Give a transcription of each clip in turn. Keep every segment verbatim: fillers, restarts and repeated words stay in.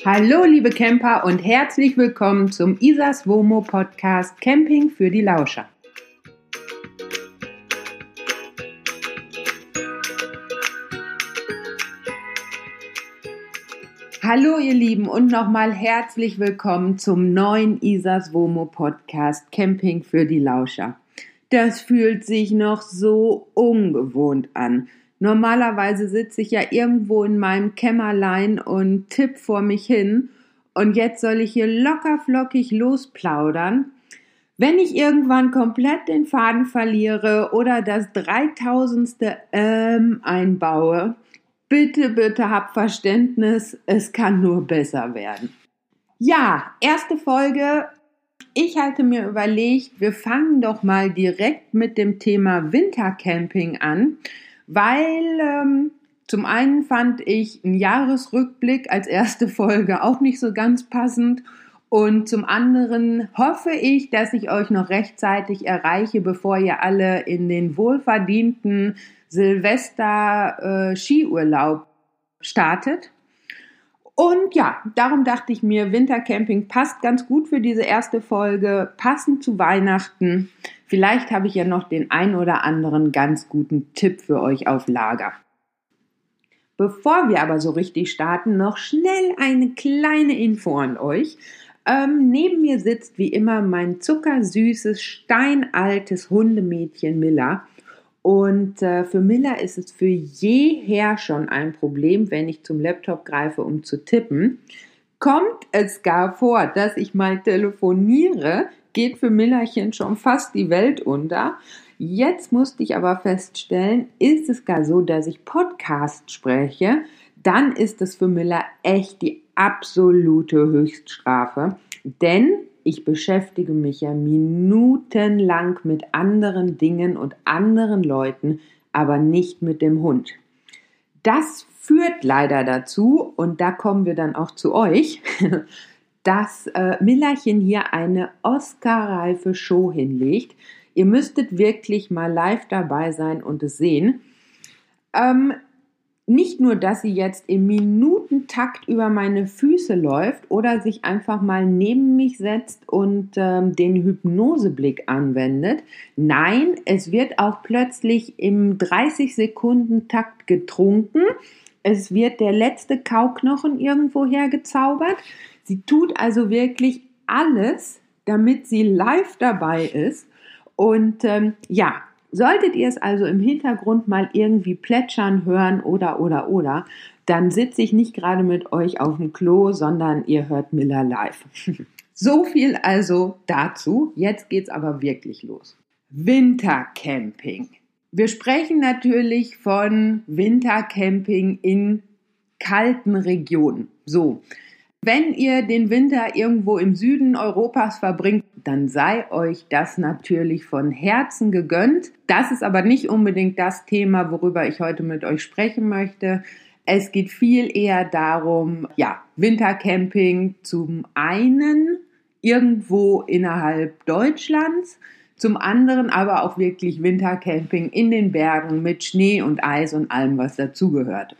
Hallo liebe Camper und herzlich willkommen zum Isas Womo Podcast Camping für die Lauscher. Hallo ihr Lieben und nochmal herzlich willkommen zum neuen Isas Womo Podcast Camping für die Lauscher. Das fühlt sich noch so ungewohnt an. Normalerweise sitze ich ja irgendwo in meinem Kämmerlein und tipp vor mich hin und jetzt soll ich hier locker flockig losplaudern. Wenn ich irgendwann komplett den Faden verliere oder das dreitausendste Ähm einbaue, bitte, bitte hab Verständnis, es kann nur besser werden. Ja, erste Folge. Ich hatte mir überlegt, wir fangen doch mal direkt mit dem Thema Wintercamping an. Weil ähm, zum einen fand ich einen Jahresrückblick als erste Folge auch nicht so ganz passend und zum anderen hoffe ich, dass ich euch noch rechtzeitig erreiche, bevor ihr alle in den wohlverdienten Silvester-Skiurlaub äh, startet. Und ja, darum dachte ich mir, Wintercamping passt ganz gut für diese erste Folge, passend zu Weihnachten. Vielleicht habe ich ja noch den ein oder anderen ganz guten Tipp für euch auf Lager. Bevor wir aber so richtig starten, noch schnell eine kleine Info an euch. Ähm, neben mir sitzt wie immer mein zuckersüßes, steinaltes Hundemädchen Milla. Und äh, für Milla ist es für jeher schon ein Problem, wenn ich zum Laptop greife, um zu tippen. Kommt es gar vor, dass ich mal telefoniere, geht für Millerchen schon fast die Welt unter. Jetzt musste ich aber feststellen, ist es gar so, dass ich Podcast spreche, dann ist es für Milla echt die absolute Höchststrafe, denn ich beschäftige mich ja minutenlang mit anderen Dingen und anderen Leuten, aber nicht mit dem Hund. Das führt leider dazu, und da kommen wir dann auch zu euch, dass äh, Millerchen hier eine Oscar-reife Show hinlegt. Ihr müsstet wirklich mal live dabei sein und es sehen. Ähm, Nicht nur, dass sie jetzt im Minutentakt über meine Füße läuft oder sich einfach mal neben mich setzt und ähm, den Hypnoseblick anwendet. Nein, es wird auch plötzlich im dreißig-Sekunden-Takt getrunken. Es wird der letzte Kauknochen irgendwo hergezaubert. Sie tut also wirklich alles, damit sie live dabei ist. Und ähm, ja, solltet ihr es also im Hintergrund mal irgendwie plätschern hören oder, oder, oder, dann sitze ich nicht gerade mit euch auf dem Klo, sondern ihr hört Milla live. So viel also dazu. Jetzt geht's aber wirklich los. Wintercamping. Wir sprechen natürlich von Wintercamping in kalten Regionen. So. Wenn ihr den Winter irgendwo im Süden Europas verbringt, dann sei euch das natürlich von Herzen gegönnt. Das ist aber nicht unbedingt das Thema, worüber ich heute mit euch sprechen möchte. Es geht viel eher darum, ja, Wintercamping zum einen irgendwo innerhalb Deutschlands, zum anderen aber auch wirklich Wintercamping in den Bergen mit Schnee und Eis und allem, was dazugehört.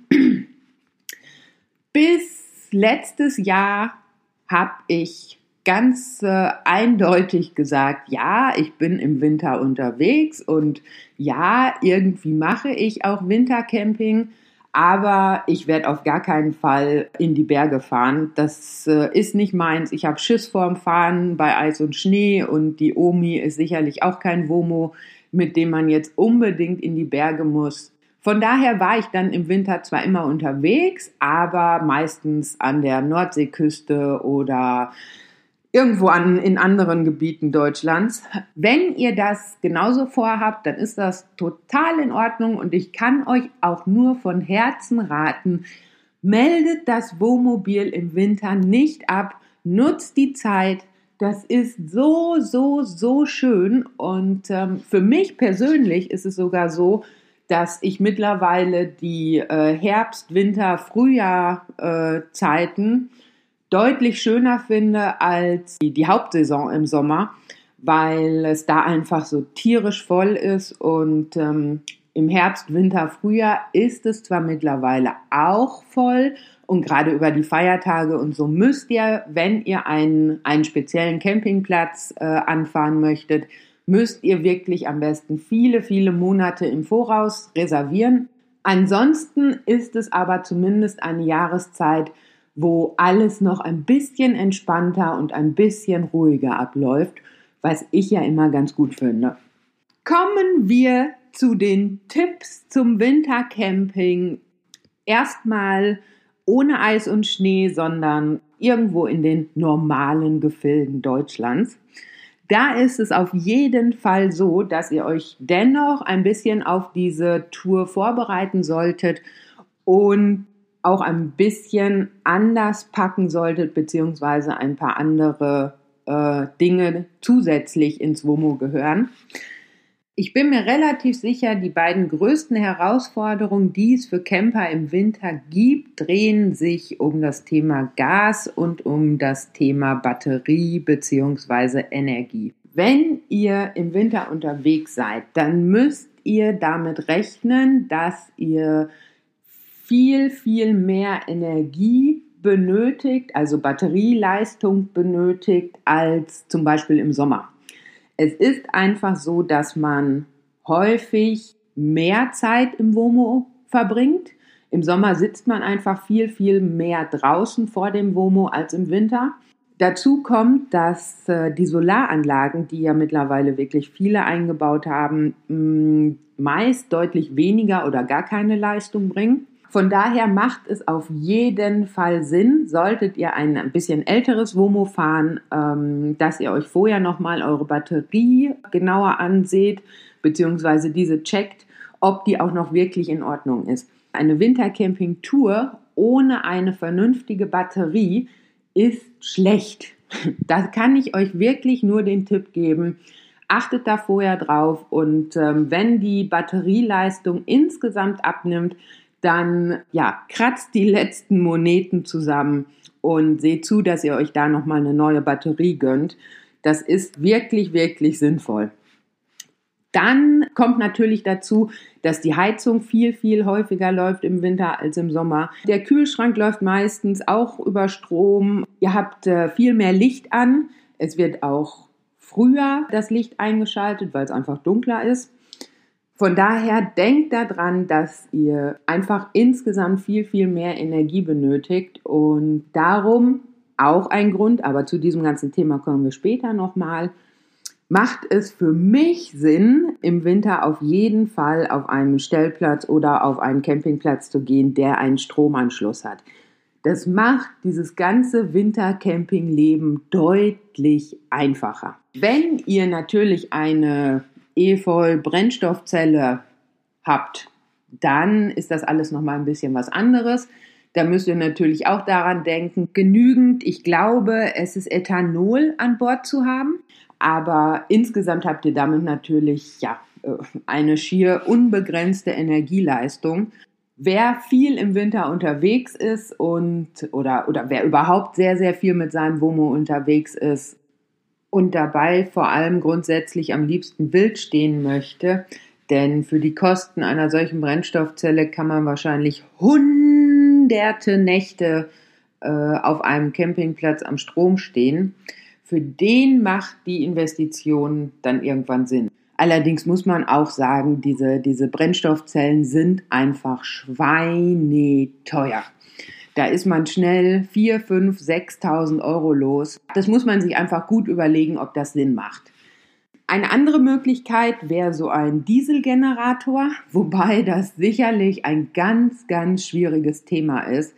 Bis letztes Jahr habe ich ganz äh, eindeutig gesagt, ja, ich bin im Winter unterwegs und ja, irgendwie mache ich auch Wintercamping, aber ich werde auf gar keinen Fall in die Berge fahren. Das äh, ist nicht meins. Ich habe Schiss vorm Fahren bei Eis und Schnee und die Omi ist sicherlich auch kein Womo, mit dem man jetzt unbedingt in die Berge muss. Von daher war ich dann im Winter zwar immer unterwegs, aber meistens an der Nordseeküste oder irgendwo an, in anderen Gebieten Deutschlands. Wenn ihr das genauso vorhabt, dann ist das total in Ordnung und ich kann euch auch nur von Herzen raten, meldet das Wohnmobil im Winter nicht ab, nutzt die Zeit. Das ist so, so, so schön und ähm, für mich persönlich ist es sogar so, dass ich mittlerweile die äh, Herbst-, Winter-, Frühjahr-Zeiten äh, deutlich schöner finde als die, die Hauptsaison im Sommer, weil es da einfach so tierisch voll ist und ähm, Im Herbst, Winter, Frühjahr ist es zwar mittlerweile auch voll und gerade über die Feiertage und so müsst ihr, wenn ihr einen, einen speziellen Campingplatz äh, anfahren möchtet, müsst ihr wirklich am besten viele, viele Monate im Voraus reservieren. Ansonsten ist es aber zumindest eine Jahreszeit, wo alles noch ein bisschen entspannter und ein bisschen ruhiger abläuft, was ich ja immer ganz gut finde. Kommen wir zu den Tipps zum Wintercamping. Erstmal ohne Eis und Schnee, sondern irgendwo in den normalen Gefilden Deutschlands. Da ist es auf jeden Fall so, dass ihr euch dennoch ein bisschen auf diese Tour vorbereiten solltet und auch ein bisschen anders packen solltet, beziehungsweise ein paar andere äh, Dinge zusätzlich ins WOMO gehören. Ich bin mir relativ sicher, die beiden größten Herausforderungen, die es für Camper im Winter gibt, drehen sich um das Thema Gas und um das Thema Batterie bzw. Energie. Wenn ihr im Winter unterwegs seid, dann müsst ihr damit rechnen, dass ihr viel, viel mehr Energie benötigt, also Batterieleistung benötigt, als zum Beispiel im Sommer. Es ist einfach so, dass man häufig mehr Zeit im WOMO verbringt. Im Sommer sitzt man einfach viel, viel mehr draußen vor dem WOMO als im Winter. Dazu kommt, dass äh, die Solaranlagen, die ja mittlerweile wirklich viele eingebaut haben, mh, meist deutlich weniger oder gar keine Leistung bringen. Von daher macht es auf jeden Fall Sinn, solltet ihr ein, ein bisschen älteres WOMO fahren, ähm, dass ihr euch vorher nochmal eure Batterie genauer anseht, beziehungsweise diese checkt, ob die auch noch wirklich in Ordnung ist. Eine Wintercamping-Tour ohne eine vernünftige Batterie ist schlecht. Da kann ich euch wirklich nur den Tipp geben, achtet da vorher drauf und ähm, wenn die Batterieleistung insgesamt abnimmt, dann ja, kratzt die letzten Moneten zusammen und seht zu, dass ihr euch da nochmal eine neue Batterie gönnt. Das ist wirklich, wirklich sinnvoll. Dann kommt natürlich dazu, dass die Heizung viel, viel häufiger läuft im Winter als im Sommer. Der Kühlschrank läuft meistens auch über Strom. Ihr habt äh, viel mehr Licht an. Es wird auch früher das Licht eingeschaltet, weil es einfach dunkler ist. Von daher denkt daran, dass ihr einfach insgesamt viel, viel mehr Energie benötigt und darum auch ein Grund, aber zu diesem ganzen Thema kommen wir später nochmal, macht es für mich Sinn, im Winter auf jeden Fall auf einen Stellplatz oder auf einen Campingplatz zu gehen, der einen Stromanschluss hat. Das macht dieses ganze Wintercampingleben deutlich einfacher. Wenn ihr natürlich eine Efeu-Brennstoffzelle habt, dann ist das alles nochmal ein bisschen was anderes. Da müsst ihr natürlich auch daran denken, genügend, ich glaube, es ist Ethanol an Bord zu haben, aber insgesamt habt ihr damit natürlich ja, eine schier unbegrenzte Energieleistung. Wer viel im Winter unterwegs ist und oder, oder wer überhaupt sehr, sehr viel mit seinem WOMO unterwegs ist, und dabei vor allem grundsätzlich am liebsten wild stehen möchte, denn für die Kosten einer solchen Brennstoffzelle kann man wahrscheinlich hunderte Nächte äh, auf einem Campingplatz am Strom stehen. Für den macht die Investition dann irgendwann Sinn. Allerdings muss man auch sagen, diese, diese Brennstoffzellen sind einfach schweineteuer. Da ist man schnell viertausend, fünftausend, sechstausend Euro los. Das muss man sich einfach gut überlegen, ob das Sinn macht. Eine andere Möglichkeit wäre so ein Dieselgenerator, wobei das sicherlich ein ganz, ganz schwieriges Thema ist.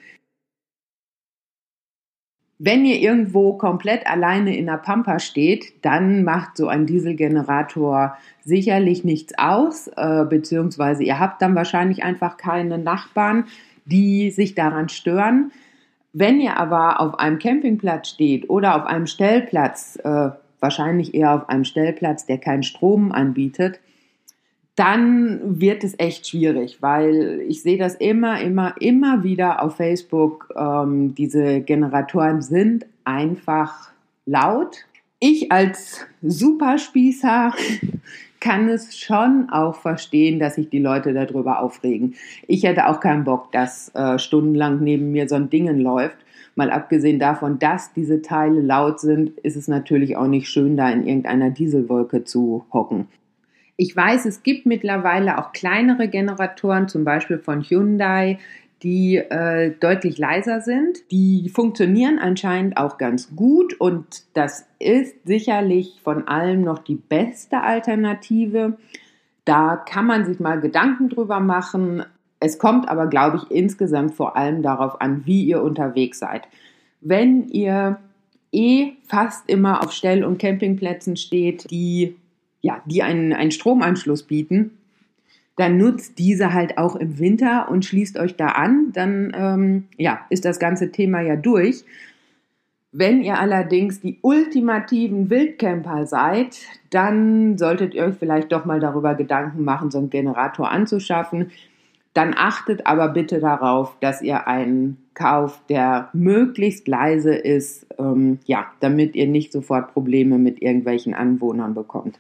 Wenn ihr irgendwo komplett alleine in der Pampa steht, dann macht so ein Dieselgenerator sicherlich nichts aus, äh, beziehungsweise ihr habt dann wahrscheinlich einfach keine Nachbarn, die sich daran stören. Wenn ihr aber auf einem Campingplatz steht oder auf einem Stellplatz, äh, wahrscheinlich eher auf einem Stellplatz, der keinen Strom anbietet, dann wird es echt schwierig, weil ich sehe das immer, immer, immer wieder auf Facebook. Ähm, diese Generatoren sind einfach laut. Ich als Superspießer kann es schon auch verstehen, dass sich die Leute darüber aufregen. Ich hätte auch keinen Bock, dass äh, stundenlang neben mir so ein Dingen läuft. Mal abgesehen davon, dass diese Teile laut sind, ist es natürlich auch nicht schön, da in irgendeiner Dieselwolke zu hocken. Ich weiß, es gibt mittlerweile auch kleinere Generatoren, zum Beispiel von Hyundai, die äh, deutlich leiser sind. Die funktionieren anscheinend auch ganz gut und das ist sicherlich von allem noch die beste Alternative. Da kann man sich mal Gedanken drüber machen. Es kommt aber, glaube ich, insgesamt vor allem darauf an, wie ihr unterwegs seid. Wenn ihr eh fast immer auf Stell- und Campingplätzen steht, die, ja, die einen, einen Stromanschluss bieten, dann nutzt diese halt auch im Winter und schließt euch da an. Dann ähm, ja, ist das ganze Thema ja durch. Wenn ihr allerdings die ultimativen Wildcamper seid, dann solltet ihr euch vielleicht doch mal darüber Gedanken machen, so einen Generator anzuschaffen. Dann achtet aber bitte darauf, dass ihr einen kauft, der möglichst leise ist, ähm, ja, damit ihr nicht sofort Probleme mit irgendwelchen Anwohnern bekommt.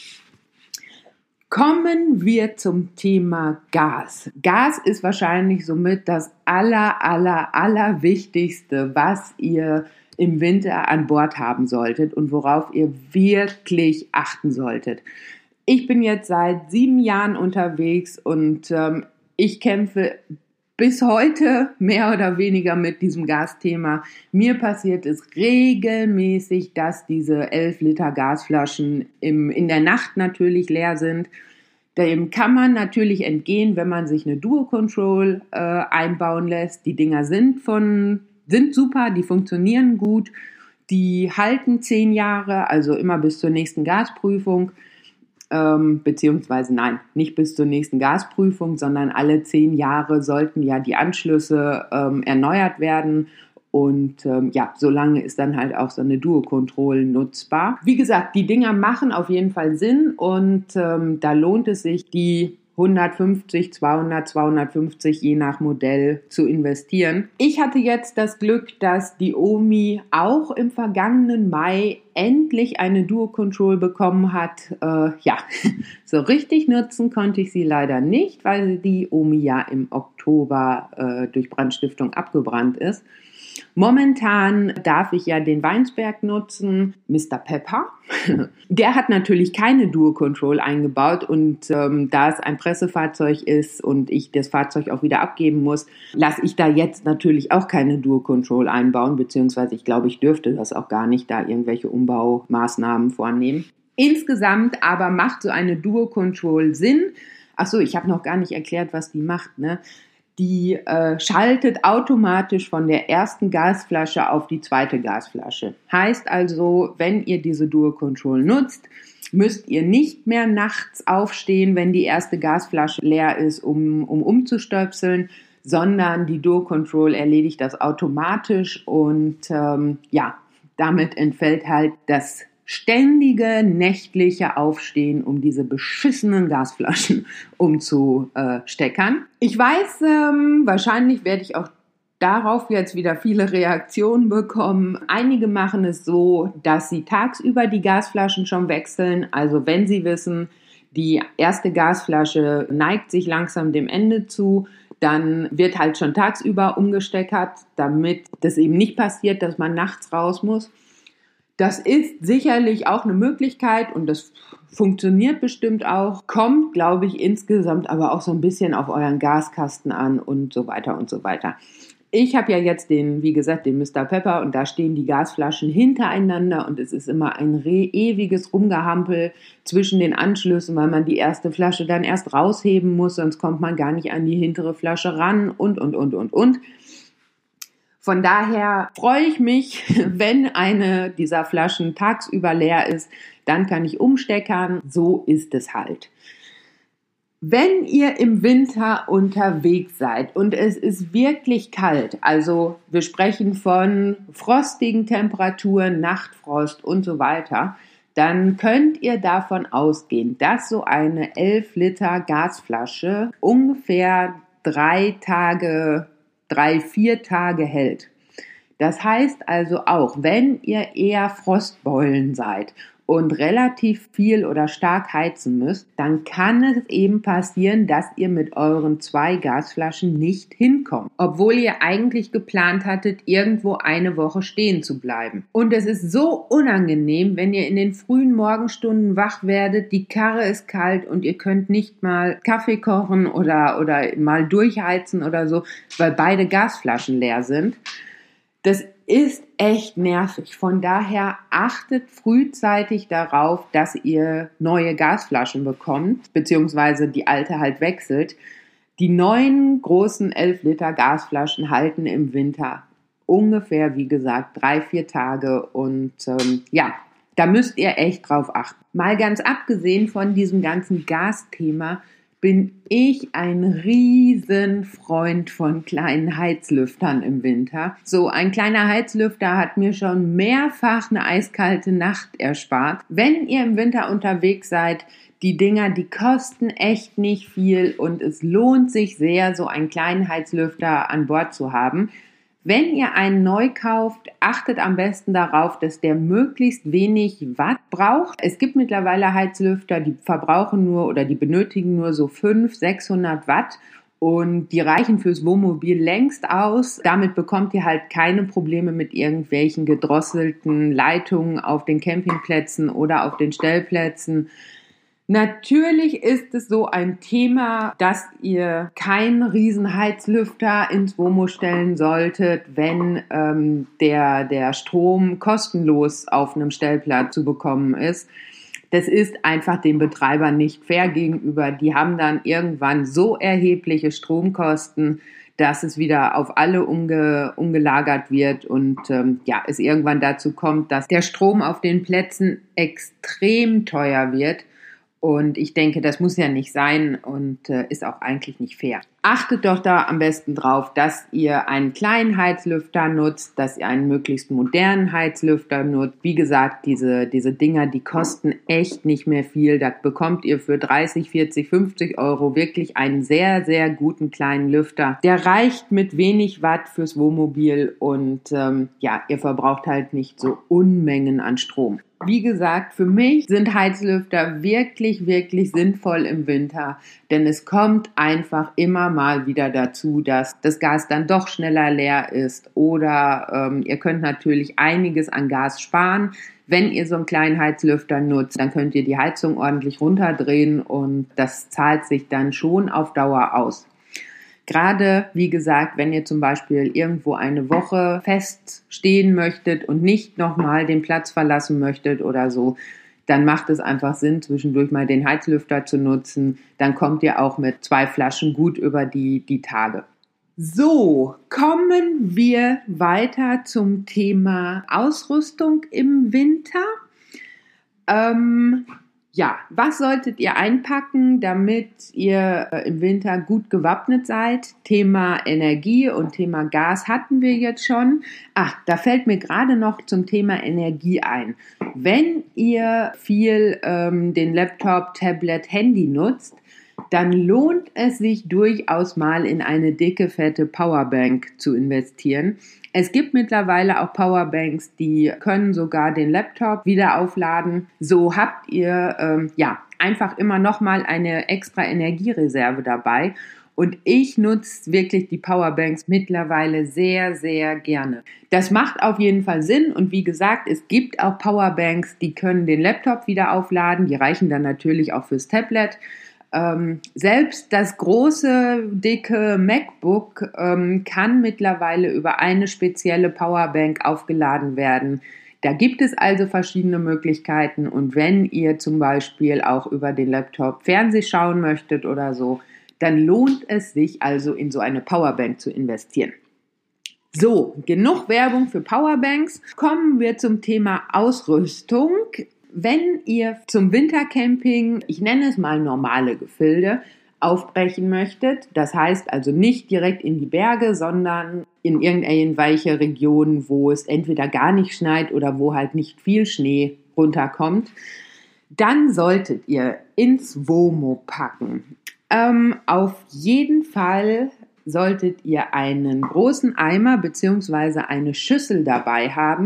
Kommen wir zum Thema Gas. Gas ist wahrscheinlich somit das aller, aller, aller Wichtigste, was ihr im Winter an Bord haben solltet und worauf ihr wirklich achten solltet. Ich bin jetzt seit sieben Jahren unterwegs und ähm, ich kämpfe bis heute mehr oder weniger mit diesem Gasthema. Mir passiert es regelmäßig, dass diese elf Liter Gasflaschen im, in der Nacht natürlich leer sind. Dem kann man natürlich entgehen, wenn man sich eine Duo Control äh, einbauen lässt. Die Dinger sind von, sind super, die funktionieren gut, die halten zehn Jahre, also immer bis zur nächsten Gasprüfung. Ähm, beziehungsweise nein, nicht bis zur nächsten Gasprüfung, sondern alle zehn Jahre sollten ja die Anschlüsse ähm, erneuert werden und ähm, ja, solange ist dann halt auch so eine Duo-Control nutzbar. Wie gesagt, die Dinger machen auf jeden Fall Sinn und ähm, da lohnt es sich, die hundertfünfzig, zweihundert, zweihundertfünfzig je nach Modell zu investieren. Ich hatte jetzt das Glück, dass die Omi auch im vergangenen Mai endlich eine Duo Control bekommen hat. Äh, ja, so richtig nutzen konnte ich sie leider nicht, weil die Omi ja im Oktober äh, durch Brandstiftung abgebrannt ist. Momentan darf ich ja den Weinsberg nutzen, Mister Pepper. Der hat natürlich keine Duo Control eingebaut und ähm, da es ein Pressefahrzeug ist und ich das Fahrzeug auch wieder abgeben muss, lasse ich da jetzt natürlich auch keine Duo Control einbauen, beziehungsweise ich glaube, ich dürfte das auch gar nicht, da irgendwelche Umbaumaßnahmen vornehmen. Insgesamt aber macht so eine Duo Control Sinn. Ach so, ich habe noch gar nicht erklärt, was die macht, ne? Die äh, schaltet automatisch von der ersten Gasflasche auf die zweite Gasflasche. Heißt also, wenn ihr diese Duo Control nutzt, müsst ihr nicht mehr nachts aufstehen, wenn die erste Gasflasche leer ist, um, um umzustöpseln, sondern die Duo Control erledigt das automatisch und ähm, ja, damit entfällt halt das ständige nächtliche Aufstehen, um diese beschissenen Gasflaschen umzusteckern. Ich weiß, ähm, wahrscheinlich werde ich auch darauf jetzt wieder viele Reaktionen bekommen. Einige machen es so, dass sie tagsüber die Gasflaschen schon wechseln. Also wenn sie wissen, die erste Gasflasche neigt sich langsam dem Ende zu, dann wird halt schon tagsüber umgesteckert, damit das eben nicht passiert, dass man nachts raus muss. Das ist sicherlich auch eine Möglichkeit und das funktioniert bestimmt auch, kommt, glaube ich, insgesamt aber auch so ein bisschen auf euren Gaskasten an und so weiter und so weiter. Ich habe ja jetzt den, wie gesagt, den Mister Pepper und da stehen die Gasflaschen hintereinander und es ist immer ein re- ewiges Rumgehampel zwischen den Anschlüssen, weil man die erste Flasche dann erst rausheben muss, sonst kommt man gar nicht an die hintere Flasche ran und, und, und, und, und. Von daher freue ich mich, wenn eine dieser Flaschen tagsüber leer ist, dann kann ich umsteckern. So ist es halt. Wenn ihr im Winter unterwegs seid und es ist wirklich kalt, also wir sprechen von frostigen Temperaturen, Nachtfrost und so weiter, dann könnt ihr davon ausgehen, dass so eine elf Liter Gasflasche ungefähr drei Tage drei, vier Tage hält. Das heißt also auch, wenn ihr eher Frostbeulen seid und relativ viel oder stark heizen müsst, dann kann es eben passieren, dass ihr mit euren zwei Gasflaschen nicht hinkommt, obwohl ihr eigentlich geplant hattet, irgendwo eine Woche stehen zu bleiben. Und es ist so unangenehm, wenn ihr in den frühen Morgenstunden wach werdet, die Karre ist kalt und ihr könnt nicht mal Kaffee kochen oder, oder mal durchheizen oder so, weil beide Gasflaschen leer sind. Das ist echt nervig. Von daher achtet frühzeitig darauf, dass ihr neue Gasflaschen bekommt, beziehungsweise die alte halt wechselt. Die neuen großen elf Liter Gasflaschen halten im Winter ungefähr, wie gesagt, drei, vier Tage. Und ähm, ja, da müsst ihr echt drauf achten. Mal ganz abgesehen von diesem ganzen Gasthema, bin ich ein Riesenfreund von kleinen Heizlüftern im Winter. So ein kleiner Heizlüfter hat mir schon mehrfach eine eiskalte Nacht erspart. Wenn ihr im Winter unterwegs seid, die Dinger, die kosten echt nicht viel und es lohnt sich sehr, so einen kleinen Heizlüfter an Bord zu haben. Wenn ihr einen neu kauft, achtet am besten darauf, dass der möglichst wenig Watt braucht. Es gibt mittlerweile Heizlüfter, die verbrauchen nur oder die benötigen nur so fünfhundert, sechshundert Watt und die reichen fürs Wohnmobil längst aus. Damit bekommt ihr halt keine Probleme mit irgendwelchen gedrosselten Leitungen auf den Campingplätzen oder auf den Stellplätzen. Natürlich ist es so ein Thema, dass ihr keinen Riesenheizlüfter ins Womo stellen solltet, wenn ähm, der, der Strom kostenlos auf einem Stellplatz zu bekommen ist. Das ist einfach den Betreibern nicht fair gegenüber. Die haben dann irgendwann so erhebliche Stromkosten, dass es wieder auf alle umge, umgelagert wird und ähm, ja, es irgendwann dazu kommt, dass der Strom auf den Plätzen extrem teuer wird. Und ich denke, das muss ja nicht sein und äh, ist auch eigentlich nicht fair. Achtet doch da am besten drauf, dass ihr einen kleinen Heizlüfter nutzt, dass ihr einen möglichst modernen Heizlüfter nutzt. Wie gesagt, diese, diese Dinger, die kosten echt nicht mehr viel. Da bekommt ihr für dreißig, vierzig, fünfzig Euro wirklich einen sehr, sehr guten kleinen Lüfter. Der reicht mit wenig Watt fürs Wohnmobil und ähm, ja, ihr verbraucht halt nicht so Unmengen an Strom. Wie gesagt, für mich sind Heizlüfter wirklich, wirklich sinnvoll im Winter, denn es kommt einfach immer mal wieder dazu, dass das Gas dann doch schneller leer ist oder ähm, ihr könnt natürlich einiges an Gas sparen. Wenn ihr so einen kleinen Heizlüfter nutzt, dann könnt ihr die Heizung ordentlich runterdrehen und das zahlt sich dann schon auf Dauer aus. Gerade, wie gesagt, wenn ihr zum Beispiel irgendwo eine Woche feststehen möchtet und nicht nochmal den Platz verlassen möchtet oder so, dann macht es einfach Sinn, zwischendurch mal den Heizlüfter zu nutzen. Dann kommt ihr auch mit zwei Flaschen gut über die, die Tage. So, kommen wir weiter zum Thema Ausrüstung im Winter. Ähm... Ja, was solltet ihr einpacken, damit ihr äh, im Winter gut gewappnet seid? Thema Energie und Thema Gas hatten wir jetzt schon. Ach, da fällt mir gerade noch zum Thema Energie ein. Wenn ihr viel ähm, den Laptop, Tablet, Handy nutzt, dann lohnt es sich durchaus mal in eine dicke, fette Powerbank zu investieren. Es gibt mittlerweile auch Powerbanks, die können sogar den Laptop wieder aufladen. So habt ihr ähm, ja einfach immer noch mal eine extra Energiereserve dabei. Und ich nutze wirklich die Powerbanks mittlerweile sehr, sehr gerne. Das macht auf jeden Fall Sinn. Und wie gesagt, es gibt auch Powerbanks, die können den Laptop wieder aufladen. Die reichen dann natürlich auch fürs Tablet. Ähm, selbst das große, dicke MacBook ähm, kann mittlerweile über eine spezielle Powerbank aufgeladen werden. Da gibt es also verschiedene Möglichkeiten und wenn ihr zum Beispiel auch über den Laptop Fernseh schauen möchtet oder so, dann lohnt es sich also in so eine Powerbank zu investieren. So, genug Werbung für Powerbanks. Kommen wir zum Thema Ausrüstung. Wenn ihr zum Wintercamping, ich nenne es mal normale Gefilde, aufbrechen möchtet, das heißt also nicht direkt in die Berge, sondern in irgendwelche Regionen, wo es entweder gar nicht schneit oder wo halt nicht viel Schnee runterkommt, dann solltet ihr ins Womo packen. Ähm, auf jeden Fall solltet ihr einen großen Eimer bzw. eine Schüssel dabei haben,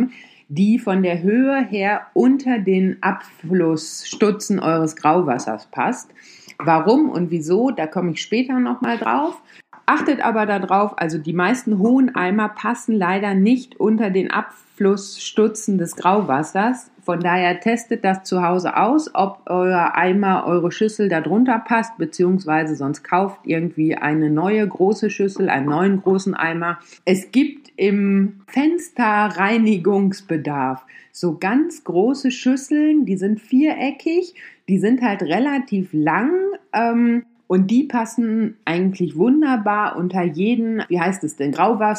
die von der Höhe her unter den Abflussstutzen eures Grauwassers passt. Warum und wieso, da komme ich später nochmal drauf. Achtet aber darauf, also die meisten hohen Eimer passen leider nicht unter den Abflussstutzen des Grauwassers. Von daher testet das zu Hause aus, ob euer Eimer, eure Schüssel da drunter passt, beziehungsweise sonst kauft irgendwie eine neue große Schüssel, einen neuen großen Eimer. Es gibt im Fensterreinigungsbedarf so ganz große Schüsseln, die sind viereckig, die sind halt relativ lang, ähm, und die passen eigentlich wunderbar unter jeden, wie heißt es denn,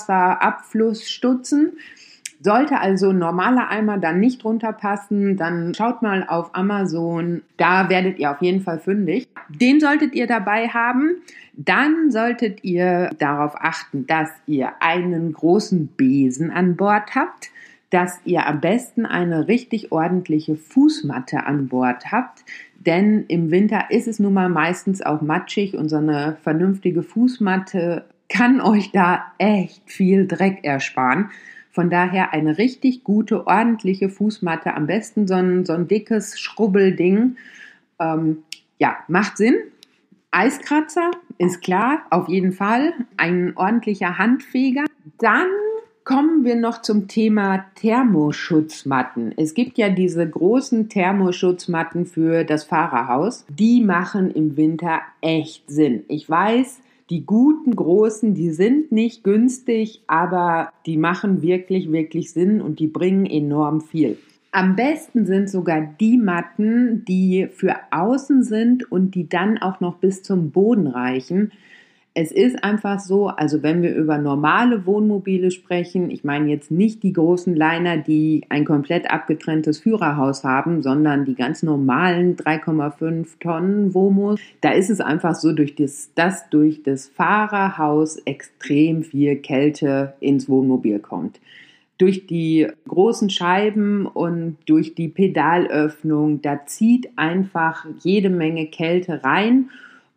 Grauwasserabflussstutzen. Sollte also ein normaler Eimer dann nicht drunter passen, dann schaut mal auf Amazon, da werdet ihr auf jeden Fall fündig. Den solltet ihr dabei haben. Dann solltet ihr darauf achten, dass ihr einen großen Besen an Bord habt, dass ihr am besten eine richtig ordentliche Fußmatte an Bord habt, denn im Winter ist es nun mal meistens auch matschig und so eine vernünftige Fußmatte kann euch da echt viel Dreck ersparen. Von daher eine richtig gute, ordentliche Fußmatte, am besten so ein, so ein dickes Schrubbelding. Ähm, ja, macht Sinn. Eiskratzer, ist klar, auf jeden Fall. Ein ordentlicher Handfeger. Dann kommen wir noch zum Thema Thermoschutzmatten. Es gibt ja diese großen Thermoschutzmatten für das Fahrerhaus. Die machen im Winter echt Sinn. Ich weiß, die guten, großen, die sind nicht günstig, aber die machen wirklich, wirklich Sinn und die bringen enorm viel. Am besten sind sogar die Matten, die für außen sind und die dann auch noch bis zum Boden reichen. Es ist einfach so, also wenn wir über normale Wohnmobile sprechen, ich meine jetzt nicht die großen Liner, die ein komplett abgetrenntes Führerhaus haben, sondern die ganz normalen drei Komma fünf Tonnen Womos, da ist es einfach so, durch das, dass durch das Fahrerhaus extrem viel Kälte ins Wohnmobil kommt. Durch die großen Scheiben und durch die Pedalöffnung, da zieht einfach jede Menge Kälte rein.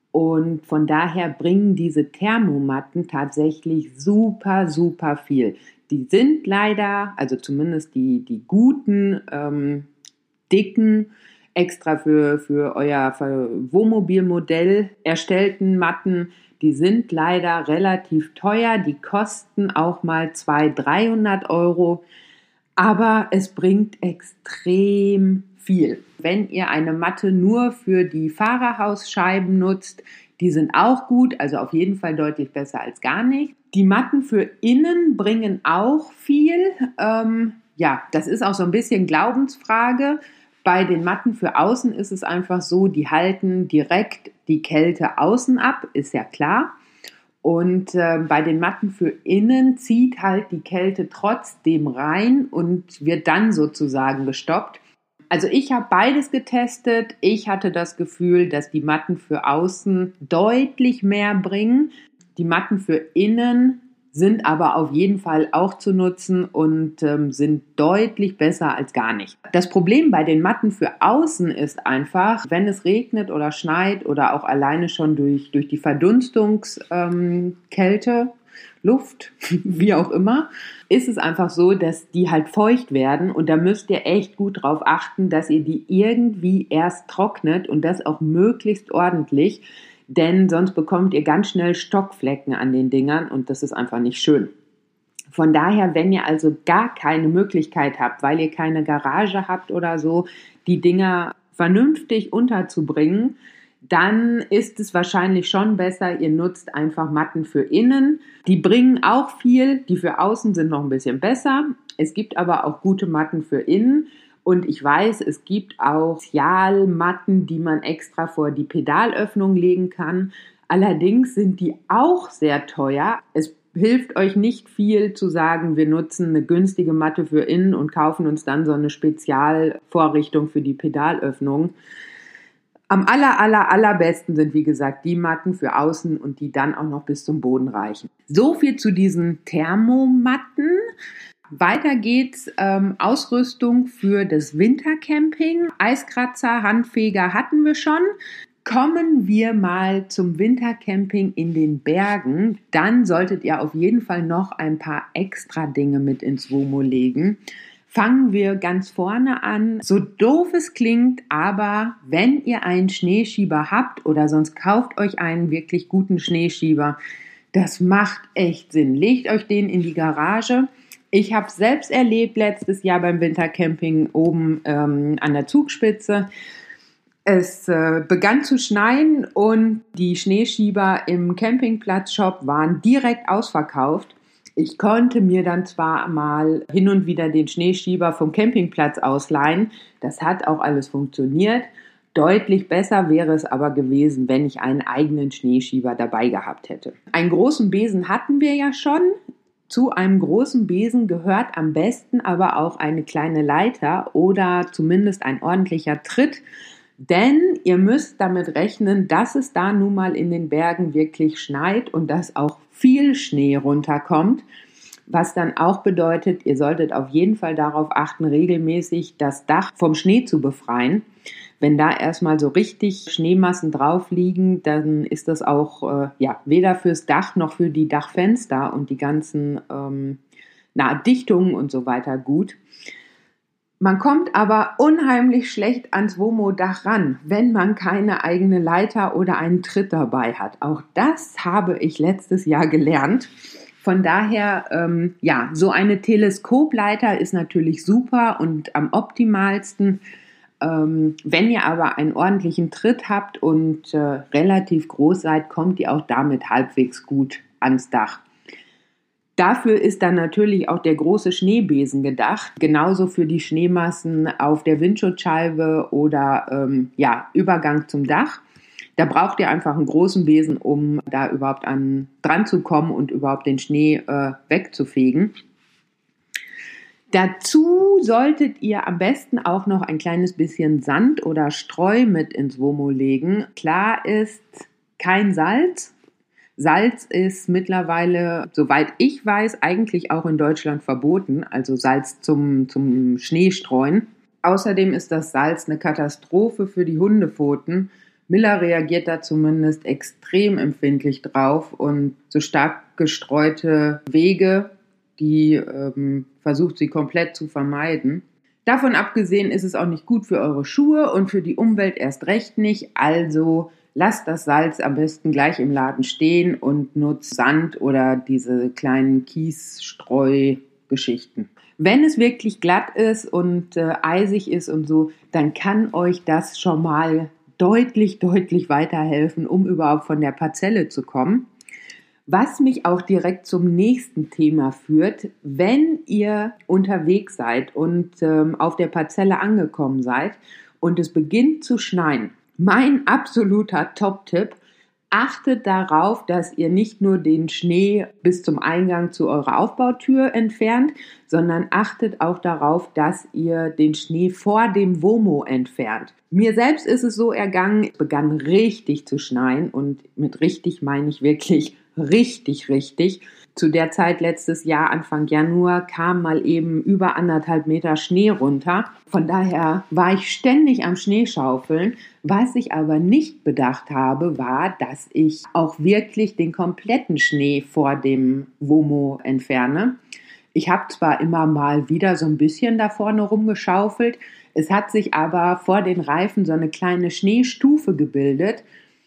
Und von daher bringen diese Thermomatten tatsächlich super, super viel. Die sind leider, also zumindest die, die guten, ähm, dicken, extra für, für euer Wohnmobilmodell erstellten Matten, die sind leider relativ teuer. Die kosten auch mal zweihundert, dreihundert Euro. Aber es bringt extrem viel. Wenn ihr eine Matte nur für die Fahrerhausscheiben nutzt, die sind auch gut, also auf jeden Fall deutlich besser als gar nicht. Die Matten für innen bringen auch viel. Ähm, ja, das ist auch so ein bisschen Glaubensfrage. Bei den Matten für außen ist es einfach so, die halten direkt die Kälte außen ab, ist ja klar. Und äh, bei den Matten für innen zieht halt die Kälte trotzdem rein und wird dann sozusagen gestoppt. Also ich habe beides getestet. Ich hatte das Gefühl, dass die Matten für außen deutlich mehr bringen. Die Matten für innen sind aber auf jeden Fall auch zu nutzen und ähm, sind deutlich besser als gar nicht. Das Problem bei den Matten für außen ist einfach, wenn es regnet oder schneit oder auch alleine schon durch, durch die Verdunstungskälte, ähm, Luft, wie auch immer, ist es einfach so, dass die halt feucht werden und da müsst ihr echt gut drauf achten, dass ihr die irgendwie erst trocknet und das auch möglichst ordentlich, denn sonst bekommt ihr ganz schnell Stockflecken an den Dingern und das ist einfach nicht schön. Von daher, wenn ihr also gar keine Möglichkeit habt, weil ihr keine Garage habt oder so, die Dinger vernünftig unterzubringen, dann ist es wahrscheinlich schon besser, ihr nutzt einfach Matten für innen. Die bringen auch viel, die für außen sind noch ein bisschen besser. Es gibt aber auch gute Matten für innen. Und ich weiß, es gibt auch Spezialmatten, die man extra vor die Pedalöffnung legen kann. Allerdings sind die auch sehr teuer. Es hilft euch nicht viel zu sagen, wir nutzen eine günstige Matte für innen und kaufen uns dann so eine Spezialvorrichtung für die Pedalöffnung. Am aller, aller, allerbesten sind, wie gesagt, die Matten für außen und die dann auch noch bis zum Boden reichen. So viel zu diesen Thermomatten. Weiter geht's, ähm, Ausrüstung für das Wintercamping. Eiskratzer, Handfeger hatten wir schon. Kommen wir mal zum Wintercamping in den Bergen. Dann solltet ihr auf jeden Fall noch ein paar extra Dinge mit ins Womo legen. Fangen wir ganz vorne an. So doof es klingt, aber wenn ihr einen Schneeschieber habt oder sonst kauft euch einen wirklich guten Schneeschieber, das macht echt Sinn. Legt euch den in die Garage. Ich habe es selbst erlebt letztes Jahr beim Wintercamping oben ähm, an der Zugspitze. Es äh, begann zu schneien und die Schneeschieber im Campingplatz-Shop waren direkt ausverkauft. Ich konnte mir dann zwar mal hin und wieder den Schneeschieber vom Campingplatz ausleihen. Das hat auch alles funktioniert. Deutlich besser wäre es aber gewesen, wenn ich einen eigenen Schneeschieber dabei gehabt hätte. Einen großen Besen hatten wir ja schon. Zu einem großen Besen gehört am besten aber auch eine kleine Leiter oder zumindest ein ordentlicher Tritt. Denn ihr müsst damit rechnen, dass es da nun mal in den Bergen wirklich schneit und dass auch viel Schnee runterkommt. Was dann auch bedeutet, ihr solltet auf jeden Fall darauf achten, regelmäßig das Dach vom Schnee zu befreien. Wenn da erstmal so richtig Schneemassen drauf liegen, dann ist das auch äh, ja, weder fürs Dach noch für die Dachfenster und die ganzen ähm, na, Dichtungen und so weiter gut. Man kommt aber unheimlich schlecht ans WOMO-Dach ran, wenn man keine eigene Leiter oder einen Tritt dabei hat. Auch das habe ich letztes Jahr gelernt. Von daher, ähm, ja, so eine Teleskopleiter ist natürlich super und am optimalsten. Ähm, wenn ihr aber einen ordentlichen Tritt habt und äh, relativ groß seid, kommt ihr auch damit halbwegs gut ans Dach. Dafür ist dann natürlich auch der große Schneebesen gedacht, genauso für die Schneemassen auf der Windschutzscheibe oder ähm, ja, Übergang zum Dach. Da braucht ihr einfach einen großen Besen, um da überhaupt an, dran zu kommen und überhaupt den Schnee äh, wegzufegen. Dazu solltet ihr am besten auch noch ein kleines bisschen Sand oder Streu mit ins WOMO legen. Klar ist, kein Salz. Salz ist mittlerweile, soweit ich weiß, eigentlich auch in Deutschland verboten, also Salz zum, zum Schneestreuen. Außerdem ist das Salz eine Katastrophe für die Hundepfoten. Miller reagiert da zumindest extrem empfindlich drauf und so stark gestreute Wege, die ähm, versucht sie komplett zu vermeiden. Davon abgesehen ist es auch nicht gut für eure Schuhe und für die Umwelt erst recht nicht, also lasst das Salz am besten gleich im Laden stehen und nutzt Sand oder diese kleinen Kiesstreu-Geschichten. Wenn es wirklich glatt ist und äh, eisig ist und so, dann kann euch das schon mal deutlich, deutlich weiterhelfen, um überhaupt von der Parzelle zu kommen. Was mich auch direkt zum nächsten Thema führt, wenn ihr unterwegs seid und ähm, auf der Parzelle angekommen seid und es beginnt zu schneien. Mein absoluter Top-Tipp, achtet darauf, dass ihr nicht nur den Schnee bis zum Eingang zu eurer Aufbautür entfernt, sondern achtet auch darauf, dass ihr den Schnee vor dem WOMO entfernt. Mir selbst ist es so ergangen, es begann richtig zu schneien und mit richtig meine ich wirklich richtig, richtig. Zu der Zeit letztes Jahr, Anfang Januar, kam mal eben über anderthalb Meter Schnee runter. Von daher war ich ständig am Schneeschaufeln. Was ich aber nicht bedacht habe, war, dass ich auch wirklich den kompletten Schnee vor dem WOMO entferne. Ich habe zwar immer mal wieder so ein bisschen da vorne rumgeschaufelt, es hat sich aber vor den Reifen so eine kleine Schneestufe gebildet.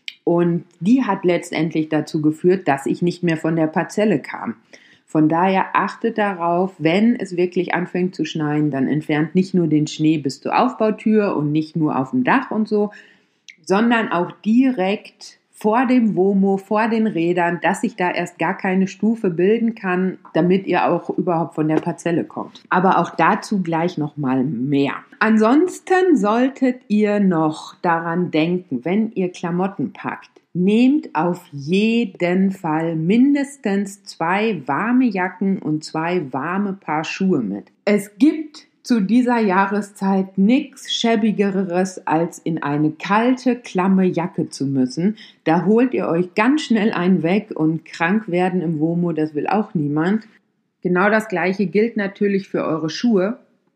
Und die hat letztendlich dazu geführt, dass ich nicht mehr von der Parzelle kam. Von daher achtet darauf, wenn es wirklich anfängt zu schneien, dann entfernt nicht nur den Schnee bis zur Aufbautür und nicht nur auf dem Dach und so, sondern auch direkt vor dem WOMO, vor den Rädern, dass sich da erst gar keine Stufe bilden kann, damit ihr auch überhaupt von der Parzelle kommt. Aber auch dazu gleich nochmal mehr. Ansonsten solltet ihr noch daran denken, wenn ihr Klamotten packt, nehmt auf jeden Fall mindestens zwei warme Jacken und zwei warme Paar Schuhe mit. Es gibt zu dieser Jahreszeit nichts Schäbigeres, als in eine kalte, klamme Jacke zu müssen. Da holt ihr euch ganz schnell einen weg und krank werden im WOMO, das will auch niemand. Genau das Gleiche gilt natürlich für eure Schuhe.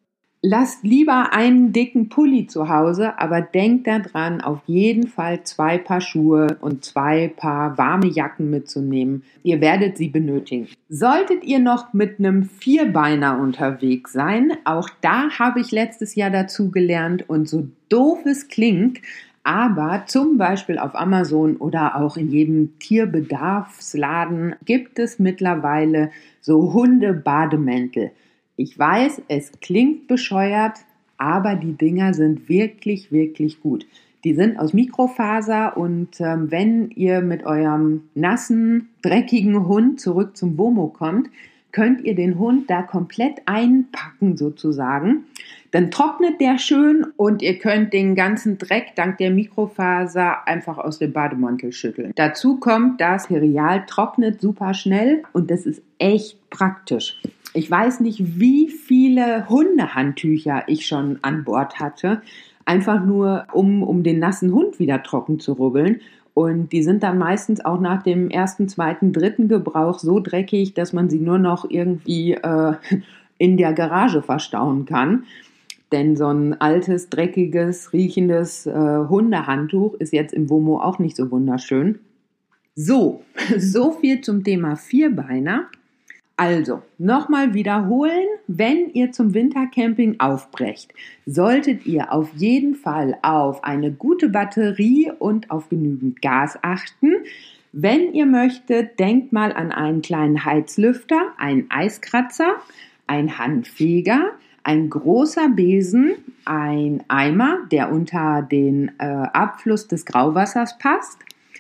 lasst lieber einen dicken Pulli zu Hause, aber denkt daran, auf jeden Fall zwei Paar Schuhe und zwei Paar warme Jacken mitzunehmen. Ihr werdet sie benötigen. Solltet ihr noch mit einem Vierbeiner unterwegs sein, auch da habe ich letztes Jahr dazu gelernt und so doof es klingt, aber zum Beispiel auf Amazon oder auch in jedem Tierbedarfsladen gibt es mittlerweile so Hunde-Bademäntel. Ich weiß, es klingt bescheuert, aber die Dinger sind wirklich, wirklich gut. Die sind aus Mikrofaser und ähm, wenn ihr mit eurem nassen, dreckigen Hund zurück zum Womo kommt, könnt ihr den Hund da komplett einpacken sozusagen. Dann trocknet der schön und ihr könnt den ganzen Dreck dank der Mikrofaser einfach aus dem Bademantel schütteln. Dazu kommt, das Material trocknet super schnell und das ist echt praktisch. Ich weiß nicht, wie viele Hundehandtücher ich schon an Bord hatte, einfach nur, um, um den nassen Hund wieder trocken zu rubbeln. Und die sind dann meistens auch nach dem ersten, zweiten, dritten Gebrauch so dreckig, dass man sie nur noch irgendwie äh, in der Garage verstauen kann. Denn so ein altes, dreckiges, riechendes äh, Hundehandtuch ist jetzt im Womo auch nicht so wunderschön. So, so viel zum Thema Vierbeiner. Also, nochmal wiederholen, wenn ihr zum Wintercamping aufbrecht, solltet ihr auf jeden Fall auf eine gute Batterie und auf genügend Gas achten. Wenn ihr möchtet, denkt mal an einen kleinen Heizlüfter, einen Eiskratzer, einen Handfeger, ein großer Besen, ein Eimer, der unter den äh, Abfluss des Grauwassers passt.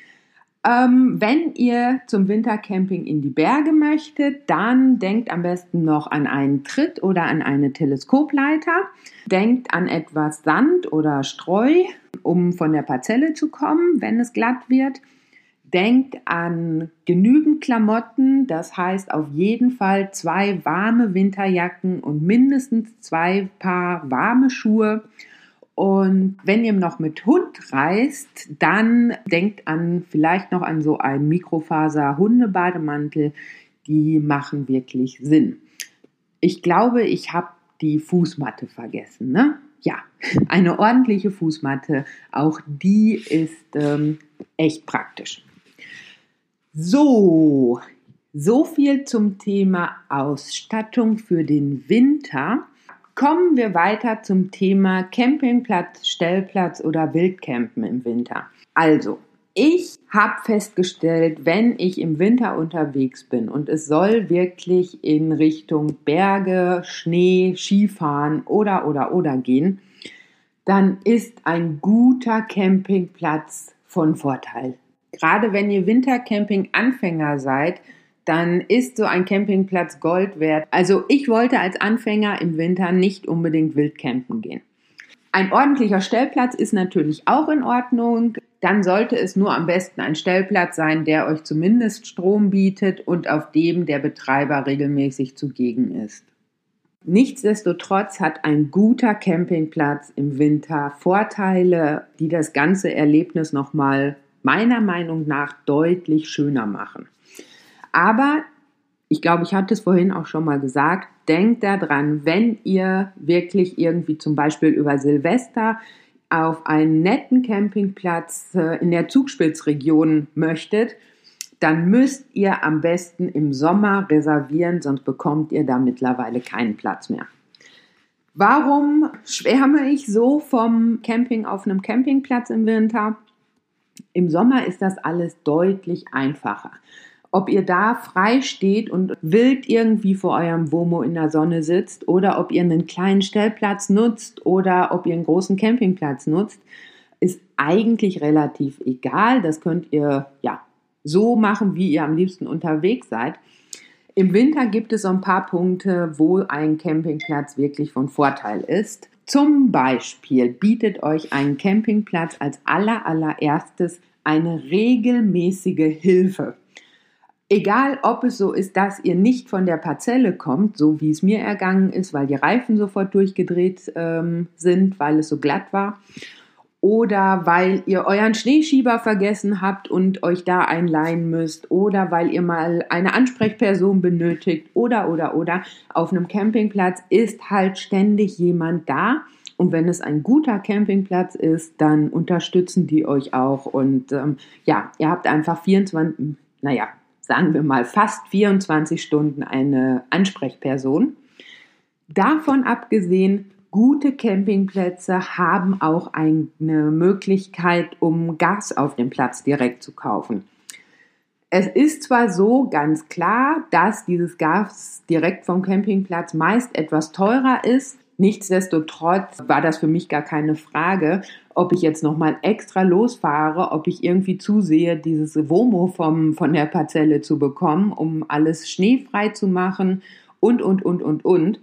Ähm, wenn ihr zum Wintercamping in die Berge möchtet, dann denkt am besten noch an einen Tritt oder an eine Teleskopleiter. Denkt an etwas Sand oder Streu, um von der Parzelle zu kommen, wenn es glatt wird. Denkt an genügend Klamotten, das heißt auf jeden Fall zwei warme Winterjacken und mindestens zwei Paar warme Schuhe. Und wenn ihr noch mit Hund reist, dann denkt an vielleicht noch an so einen Mikrofaser-Hundebademantel. Die machen wirklich Sinn. Ich glaube, ich habe die Fußmatte vergessen, ne? Ja, eine ordentliche Fußmatte, auch die ist ähm, echt praktisch. So, so viel zum Thema Ausstattung für den Winter. Kommen wir weiter zum Thema Campingplatz, Stellplatz oder Wildcampen im Winter. Also, ich habe festgestellt, wenn ich im Winter unterwegs bin und es soll wirklich in Richtung Berge, Schnee, Skifahren oder, oder, oder gehen, dann ist ein guter Campingplatz von Vorteil. Gerade wenn ihr Wintercamping-Anfänger seid, dann ist so ein Campingplatz Gold wert. Also ich wollte als Anfänger im Winter nicht unbedingt wildcampen gehen. Ein ordentlicher Stellplatz ist natürlich auch in Ordnung. Dann sollte es nur am besten ein Stellplatz sein, der euch zumindest Strom bietet und auf dem der Betreiber regelmäßig zugegen ist. Nichtsdestotrotz hat ein guter Campingplatz im Winter Vorteile, die das ganze Erlebnis nochmal meiner Meinung nach deutlich schöner machen. Aber ich glaube, ich hatte es vorhin auch schon mal gesagt, denkt daran, wenn ihr wirklich irgendwie zum Beispiel über Silvester auf einen netten Campingplatz in der Zugspitzregion möchtet, dann müsst ihr am besten im Sommer reservieren, sonst bekommt ihr da mittlerweile keinen Platz mehr. Warum schwärme ich so vom Camping auf einem Campingplatz im Winter? Im Sommer ist das alles deutlich einfacher. Ob ihr da frei steht und wild irgendwie vor eurem Womo in der Sonne sitzt oder ob ihr einen kleinen Stellplatz nutzt oder ob ihr einen großen Campingplatz nutzt, ist eigentlich relativ egal. Das könnt ihr ja so machen, wie ihr am liebsten unterwegs seid. Im Winter gibt es so ein paar Punkte, wo ein Campingplatz wirklich von Vorteil ist. Zum Beispiel bietet euch ein Campingplatz als aller, allererstes eine regelmäßige Hilfe. Egal, ob es so ist, dass ihr nicht von der Parzelle kommt, so wie es mir ergangen ist, weil die Reifen sofort durchgedreht ähm, sind, weil es so glatt war, oder weil ihr euren Schneeschieber vergessen habt und euch da einleihen müsst oder weil ihr mal eine Ansprechperson benötigt oder, oder, oder. Auf einem Campingplatz ist halt ständig jemand da. Und wenn es ein guter Campingplatz ist, dann unterstützen die euch auch. Und ähm, ja, ihr habt einfach vierundzwanzig, naja, sagen wir mal fast vierundzwanzig Stunden eine Ansprechperson. Davon abgesehen, gute Campingplätze haben auch eine Möglichkeit, um Gas auf dem Platz direkt zu kaufen. Es ist zwar so ganz klar, dass dieses Gas direkt vom Campingplatz meist etwas teurer ist. Nichtsdestotrotz war das für mich gar keine Frage, ob ich jetzt nochmal extra losfahre, ob ich irgendwie zusehe, dieses Womo vom, von der Parzelle zu bekommen, um alles schneefrei zu machen und, und, und, und, und,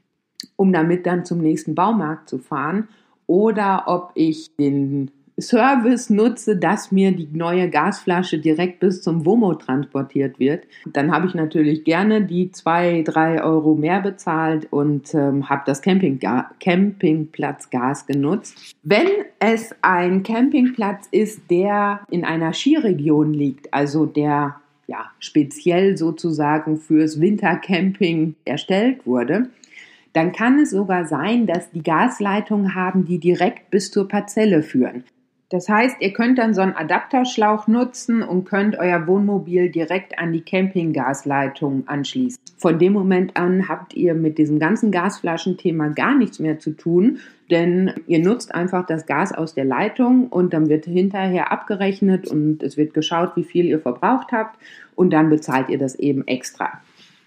um damit dann zum nächsten Baumarkt zu fahren, oder ob ich den Service nutze, dass mir die neue Gasflasche direkt bis zum Womo transportiert wird. Dann habe ich natürlich gerne die zwei, drei Euro mehr bezahlt und ähm, habe das Campingga- Campingplatzgas genutzt. Wenn es ein Campingplatz ist, der in einer Skiregion liegt, also der ja speziell sozusagen fürs Wintercamping erstellt wurde, dann kann es sogar sein, dass die Gasleitungen haben, die direkt bis zur Parzelle führen. Das heißt, ihr könnt dann so einen Adapterschlauch nutzen und könnt euer Wohnmobil direkt an die Campinggasleitung anschließen. Von dem Moment an habt ihr mit diesem ganzen Gasflaschenthema gar nichts mehr zu tun, denn ihr nutzt einfach das Gas aus der Leitung und dann wird hinterher abgerechnet und es wird geschaut, wie viel ihr verbraucht habt und dann bezahlt ihr das eben extra.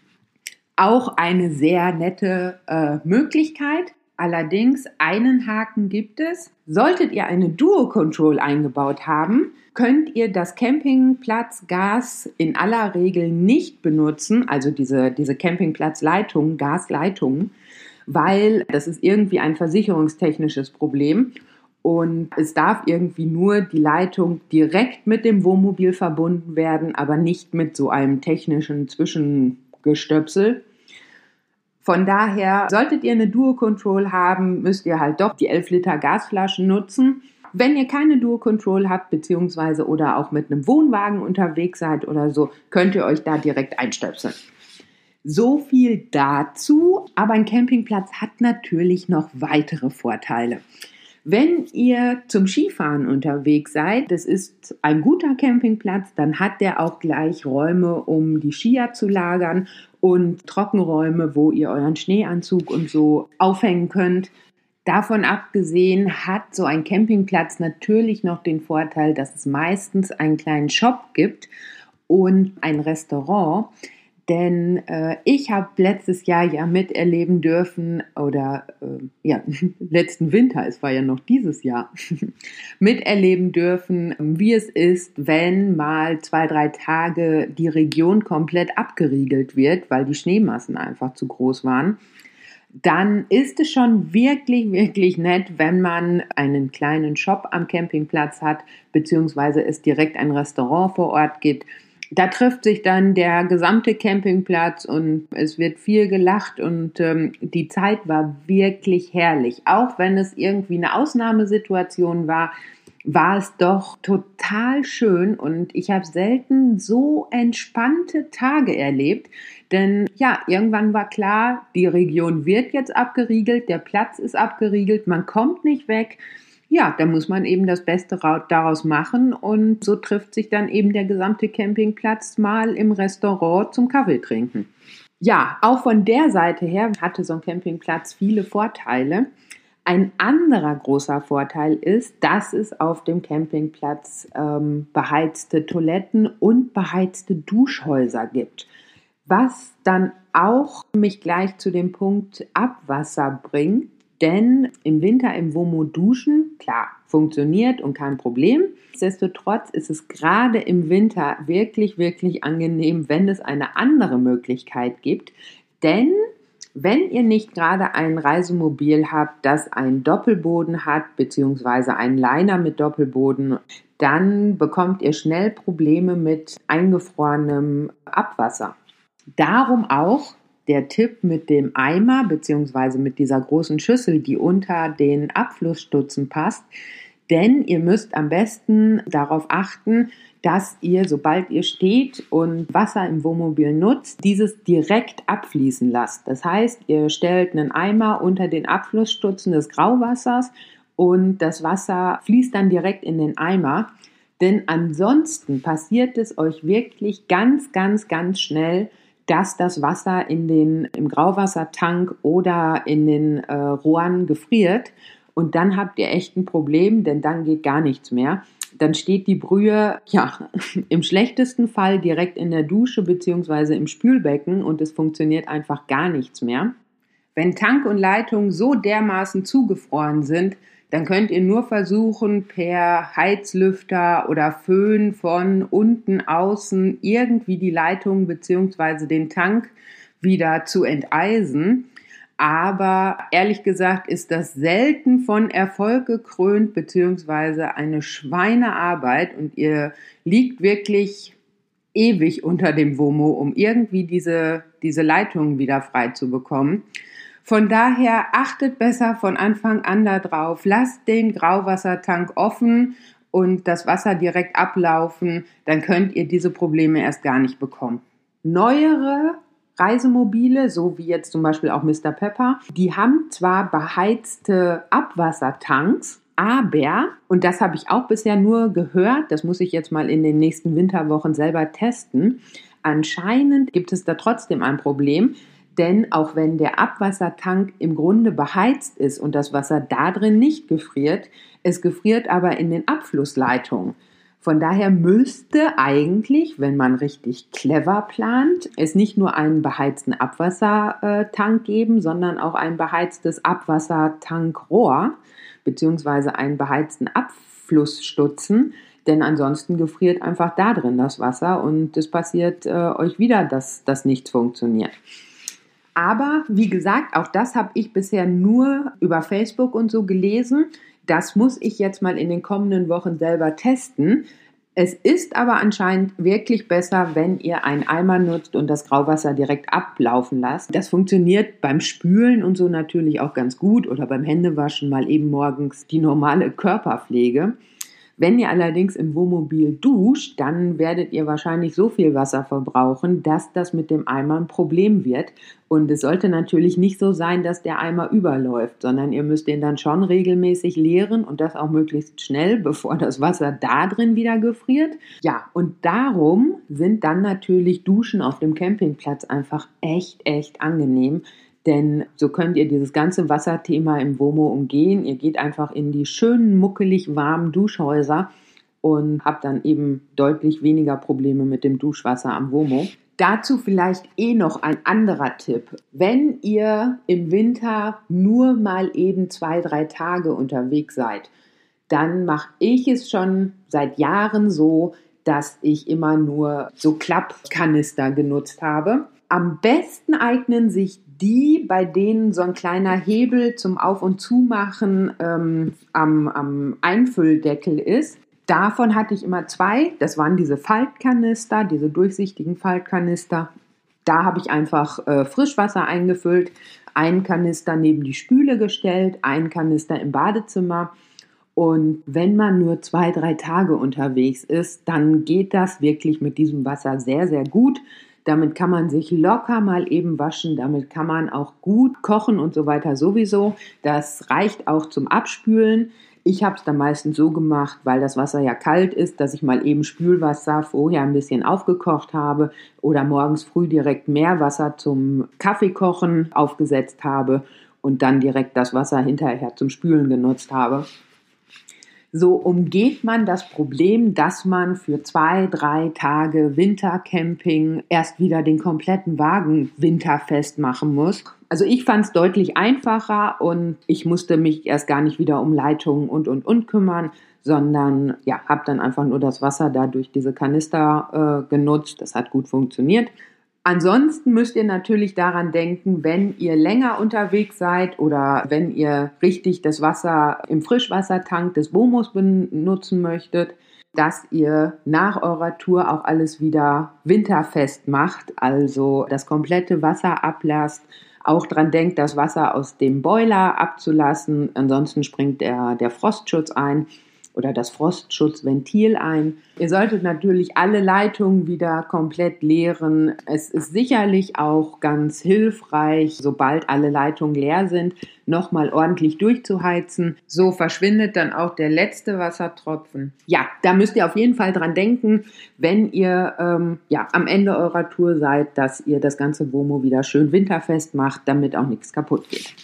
Auch eine sehr nette äh, Möglichkeit. Allerdings einen Haken gibt es. Solltet ihr eine Duo-Control eingebaut haben, könnt ihr das Campingplatzgas in aller Regel nicht benutzen, also diese, diese Campingplatzleitungen, Gasleitungen, weil das ist irgendwie ein versicherungstechnisches Problem und es darf irgendwie nur die Leitung direkt mit dem Wohnmobil verbunden werden, aber nicht mit so einem technischen Zwischengestöpsel. Von daher, solltet ihr eine Duo-Control haben, müsst ihr halt doch die elf Liter Gasflaschen nutzen. Wenn ihr keine Duo-Control habt, beziehungsweise oder auch mit einem Wohnwagen unterwegs seid oder so, könnt ihr euch da direkt einstöpseln. So viel dazu, aber ein Campingplatz hat natürlich noch weitere Vorteile. Wenn ihr zum Skifahren unterwegs seid, das ist ein guter Campingplatz, dann hat der auch gleich Räume, um die Skier zu lagern und Trockenräume, wo ihr euren Schneeanzug und so aufhängen könnt. Davon abgesehen hat so ein Campingplatz natürlich noch den Vorteil, dass es meistens einen kleinen Shop gibt und ein Restaurant. Denn äh, ich habe letztes Jahr ja miterleben dürfen, oder äh, ja, letzten Winter, es war ja noch dieses Jahr, miterleben dürfen, wie es ist, wenn mal zwei, drei Tage die Region komplett abgeriegelt wird, weil die Schneemassen einfach zu groß waren. Dann ist es schon wirklich, wirklich nett, wenn man einen kleinen Shop am Campingplatz hat, beziehungsweise es direkt ein Restaurant vor Ort gibt. Da trifft sich dann der gesamte Campingplatz und es wird viel gelacht und ähm, die Zeit war wirklich herrlich. Auch wenn es irgendwie eine Ausnahmesituation war, war es doch total schön und ich habe selten so entspannte Tage erlebt. Denn ja, irgendwann war klar, die Region wird jetzt abgeriegelt, der Platz ist abgeriegelt, man kommt nicht weg. Ja, da muss man eben das Beste daraus machen und so trifft sich dann eben der gesamte Campingplatz mal im Restaurant zum Kaffee trinken. Ja, auch von der Seite her hatte so ein Campingplatz viele Vorteile. Ein anderer großer Vorteil ist, dass es auf dem Campingplatz ähm, beheizte Toiletten und beheizte Duschhäuser gibt. Was dann auch mich gleich zu dem Punkt Abwasser bringt. Denn im Winter im Womo duschen, klar, funktioniert und kein Problem. Nichtsdestotrotz ist es gerade im Winter wirklich, wirklich angenehm, wenn es eine andere Möglichkeit gibt. Denn wenn ihr nicht gerade ein Reisemobil habt, das einen Doppelboden hat, beziehungsweise einen Liner mit Doppelboden, dann bekommt ihr schnell Probleme mit eingefrorenem Abwasser. Darum auch der Tipp mit dem Eimer bzw. mit dieser großen Schüssel, die unter den Abflussstutzen passt, Denn ihr müsst am besten darauf achten, dass ihr, sobald ihr steht und Wasser im Wohnmobil nutzt, dieses direkt abfließen lasst. Das heißt, ihr stellt einen Eimer unter den Abflussstutzen des Grauwassers und das Wasser fließt dann direkt in den Eimer. Denn ansonsten passiert es euch wirklich ganz, ganz, ganz schnell, dass das Wasser in den, im Grauwassertank oder in den äh, Rohren gefriert. Und dann habt ihr echt ein Problem, denn dann geht gar nichts mehr. Dann steht die Brühe, ja, im schlechtesten Fall direkt in der Dusche bzw. im Spülbecken und es funktioniert einfach gar nichts mehr. Wenn Tank und Leitung so dermaßen zugefroren sind, dann könnt ihr nur versuchen, per Heizlüfter oder Föhn von unten außen irgendwie die Leitung bzw. den Tank wieder zu enteisen. Aber ehrlich gesagt ist das selten von Erfolg gekrönt, beziehungsweise eine Schweinearbeit und ihr liegt wirklich ewig unter dem Womo, um irgendwie diese, diese Leitungen wieder frei zu bekommen. Von daher achtet besser von Anfang an da drauf, lasst den Grauwassertank offen und das Wasser direkt ablaufen, dann könnt ihr diese Probleme erst gar nicht bekommen. Neuere Reisemobile, so wie jetzt zum Beispiel auch Mister Pepper, die haben zwar beheizte Abwassertanks, aber, und das habe ich auch bisher nur gehört, das muss ich jetzt mal in den nächsten Winterwochen selber testen, anscheinend gibt es da trotzdem ein Problem, denn auch wenn der Abwassertank im Grunde beheizt ist und das Wasser da drin nicht gefriert, es gefriert aber in den Abflussleitungen. Von daher müsste eigentlich, wenn man richtig clever plant, es nicht nur einen beheizten Abwassertank geben, sondern auch ein beheiztes Abwassertankrohr beziehungsweise einen beheizten Abflussstutzen, denn ansonsten gefriert einfach da drin das Wasser und es passiert äh, euch wieder, dass das nicht funktioniert. Aber wie gesagt, auch das habe ich bisher nur über Facebook und so gelesen. Das muss ich jetzt mal in den kommenden Wochen selber testen. Es ist aber anscheinend wirklich besser, wenn ihr einen Eimer nutzt und das Grauwasser direkt ablaufen lasst. Das funktioniert beim Spülen und so natürlich auch ganz gut oder beim Händewaschen mal eben morgens die normale Körperpflege. Wenn ihr allerdings im Wohnmobil duscht, dann werdet ihr wahrscheinlich so viel Wasser verbrauchen, dass das mit dem Eimer ein Problem wird. Und es sollte natürlich nicht so sein, dass der Eimer überläuft, sondern ihr müsst den dann schon regelmäßig leeren und das auch möglichst schnell, bevor das Wasser da drin wieder gefriert. Ja, und darum sind dann natürlich Duschen auf dem Campingplatz einfach echt, echt angenehm. Denn so könnt ihr dieses ganze Wasserthema im WOMO umgehen. Ihr geht einfach in die schönen, muckelig warmen Duschhäuser und habt dann eben deutlich weniger Probleme mit dem Duschwasser am WOMO. Dazu vielleicht eh noch ein anderer Tipp. Wenn ihr im Winter nur mal eben zwei, drei Tage unterwegs seid, dann mache ich es schon seit Jahren so, dass ich immer nur so Klappkanister genutzt habe. Am besten eignen sich die, bei denen so ein kleiner Hebel zum Auf- und Zumachen ähm, am, am Einfülldeckel ist. Davon hatte ich immer zwei. Das waren diese Faltkanister, diese durchsichtigen Faltkanister. Da habe ich einfach äh, Frischwasser eingefüllt, einen Kanister neben die Spüle gestellt, einen Kanister im Badezimmer. Und wenn man nur zwei, drei Tage unterwegs ist, dann geht das wirklich mit diesem Wasser sehr, sehr gut. Damit kann man sich locker mal eben waschen, damit kann man auch gut kochen und so weiter sowieso. Das reicht auch zum Abspülen. Ich habe es dann meistens so gemacht, weil das Wasser ja kalt ist, dass ich mal eben Spülwasser vorher ein bisschen aufgekocht habe oder morgens früh direkt Meerwasser zum Kaffeekochen aufgesetzt habe und dann direkt das Wasser hinterher zum Spülen genutzt habe. So umgeht man das Problem, dass man für zwei, drei Tage Wintercamping erst wieder den kompletten Wagen winterfest machen muss. Also ich fand es deutlich einfacher und ich musste mich erst gar nicht wieder um Leitungen und, und, und kümmern, sondern ja, habe dann einfach nur das Wasser da durch diese Kanister äh, genutzt. Das hat gut funktioniert. Ansonsten müsst ihr natürlich daran denken, wenn ihr länger unterwegs seid oder wenn ihr richtig das Wasser im Frischwassertank des WOMOs benutzen möchtet, dass ihr nach eurer Tour auch alles wieder winterfest macht, also das komplette Wasser ablasst. Auch dran denkt, das Wasser aus dem Boiler abzulassen, ansonsten springt der, der Frostschutz ein. oder das Frostschutzventil ein. Ihr solltet natürlich alle Leitungen wieder komplett leeren. Es ist sicherlich auch ganz hilfreich, sobald alle Leitungen leer sind, nochmal ordentlich durchzuheizen. So verschwindet dann auch der letzte Wassertropfen. Ja, da müsst ihr auf jeden Fall dran denken, wenn ihr ähm, ja, am Ende eurer Tour seid, dass ihr das ganze WOMO wieder schön winterfest macht, damit auch nichts kaputt geht.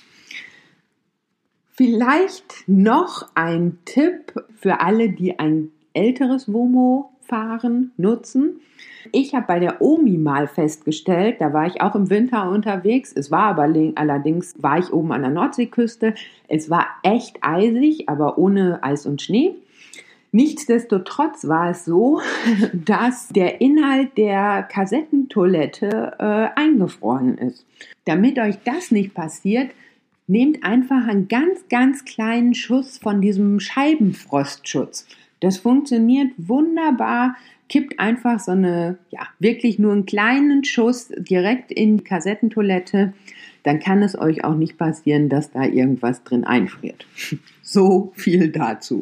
Vielleicht noch ein Tipp für alle, die ein älteres WOMO fahren, nutzen. Ich habe bei der Omi mal festgestellt, da war ich auch im Winter unterwegs, es war aber allerdings, war ich oben an der Nordseeküste, es war echt eisig, aber ohne Eis und Schnee. Nichtsdestotrotz war es so, dass der Inhalt der Kassettentoilette äh, eingefroren ist. Damit euch das nicht passiert, nehmt einfach einen ganz, ganz kleinen Schuss von diesem Scheibenfrostschutz. Das funktioniert wunderbar. Kippt einfach so eine, ja, wirklich nur einen kleinen Schuss direkt in die Kassettentoilette. Dann kann es euch auch nicht passieren, dass da irgendwas drin einfriert. So viel dazu.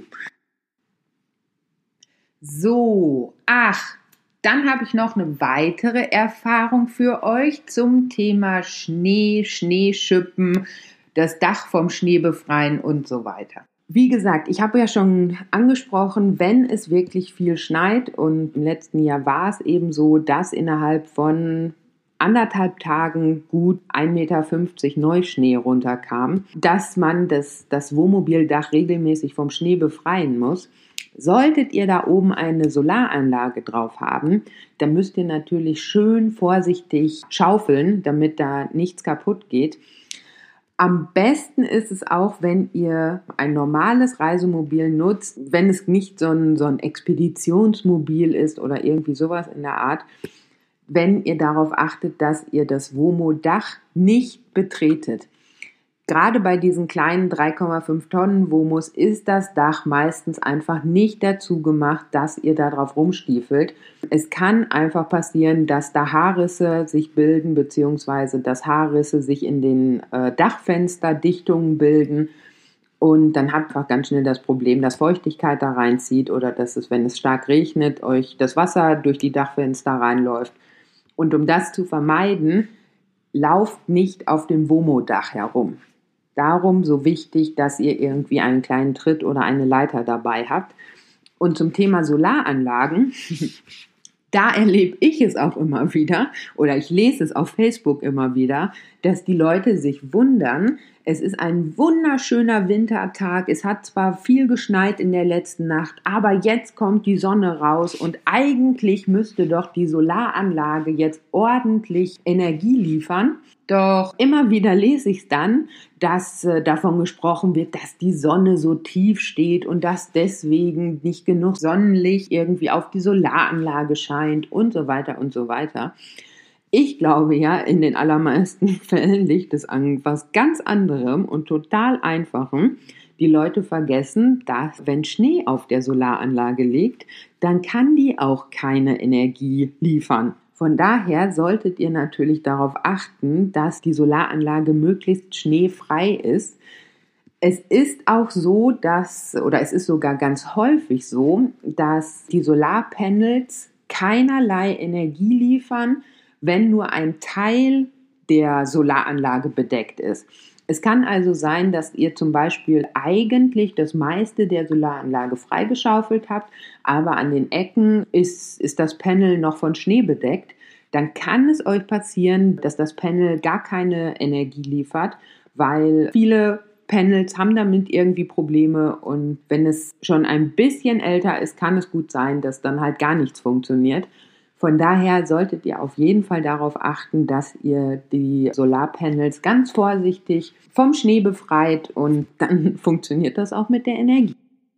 So, ach, dann habe ich noch eine weitere Erfahrung für euch zum Thema Schnee, Schneeschippen, das Dach vom Schnee befreien und so weiter. Wie gesagt, ich habe ja schon angesprochen, wenn es wirklich viel schneit, und im letzten Jahr war es eben so, dass innerhalb von anderthalb Tagen gut ein Meter fünfzig Neuschnee runterkam, dass man das, das Wohnmobildach regelmäßig vom Schnee befreien muss. Solltet ihr da oben eine Solaranlage drauf haben, dann müsst ihr natürlich schön vorsichtig schaufeln, damit da nichts kaputt geht. Am besten ist es auch, wenn ihr ein normales Reisemobil nutzt, wenn es nicht so ein, so ein Expeditionsmobil ist oder irgendwie sowas in der Art, wenn ihr darauf achtet, dass ihr das WOMO-Dach nicht betretet. Gerade bei diesen kleinen drei Komma fünf Tonnen WOMOs ist das Dach meistens einfach nicht dazu gemacht, dass ihr da drauf rumstiefelt. Es kann einfach passieren, dass da Haarrisse sich bilden, beziehungsweise dass Haarrisse sich in den äh, Dachfensterdichtungen bilden. Und dann habt ihr einfach ganz schnell das Problem, dass Feuchtigkeit da reinzieht oder dass es, wenn es stark regnet, euch das Wasser durch die Dachfenster reinläuft. Und um das zu vermeiden, lauft nicht auf dem WOMO-Dach herum. Darum so wichtig, dass ihr irgendwie einen kleinen Tritt oder eine Leiter dabei habt. Und zum Thema Solaranlagen, da erlebe ich es auch immer wieder, oder ich lese es auf Facebook immer wieder, dass die Leute sich wundern. Es ist ein wunderschöner Wintertag. Es hat zwar viel geschneit in der letzten Nacht, aber jetzt kommt die Sonne raus und eigentlich müsste doch die Solaranlage jetzt ordentlich Energie liefern. Doch immer wieder lese ich es dann, dass äh, davon gesprochen wird, dass die Sonne so tief steht und dass deswegen nicht genug Sonnenlicht irgendwie auf die Solaranlage scheint und so weiter und so weiter. Ich glaube ja, in den allermeisten Fällen liegt es an was ganz anderem und total Einfachem. Die Leute vergessen, dass wenn Schnee auf der Solaranlage liegt, dann kann die auch keine Energie liefern. Von daher solltet ihr natürlich darauf achten, dass die Solaranlage möglichst schneefrei ist. Es ist auch so, dass, oder es ist sogar ganz häufig so, dass die Solarpanels keinerlei Energie liefern, wenn nur ein Teil der Solaranlage bedeckt ist. Es kann also sein, dass ihr zum Beispiel eigentlich das meiste der Solaranlage freigeschaufelt habt, aber an den Ecken ist, ist das Panel noch von Schnee bedeckt. Dann kann es euch passieren, dass das Panel gar keine Energie liefert, weil viele Panels haben damit irgendwie Probleme, und wenn es schon ein bisschen älter ist, kann es gut sein, dass dann halt gar nichts funktioniert. Von daher solltet ihr auf jeden Fall darauf achten, dass ihr die Solarpanels ganz vorsichtig vom Schnee befreit, und dann funktioniert das auch mit der Energie.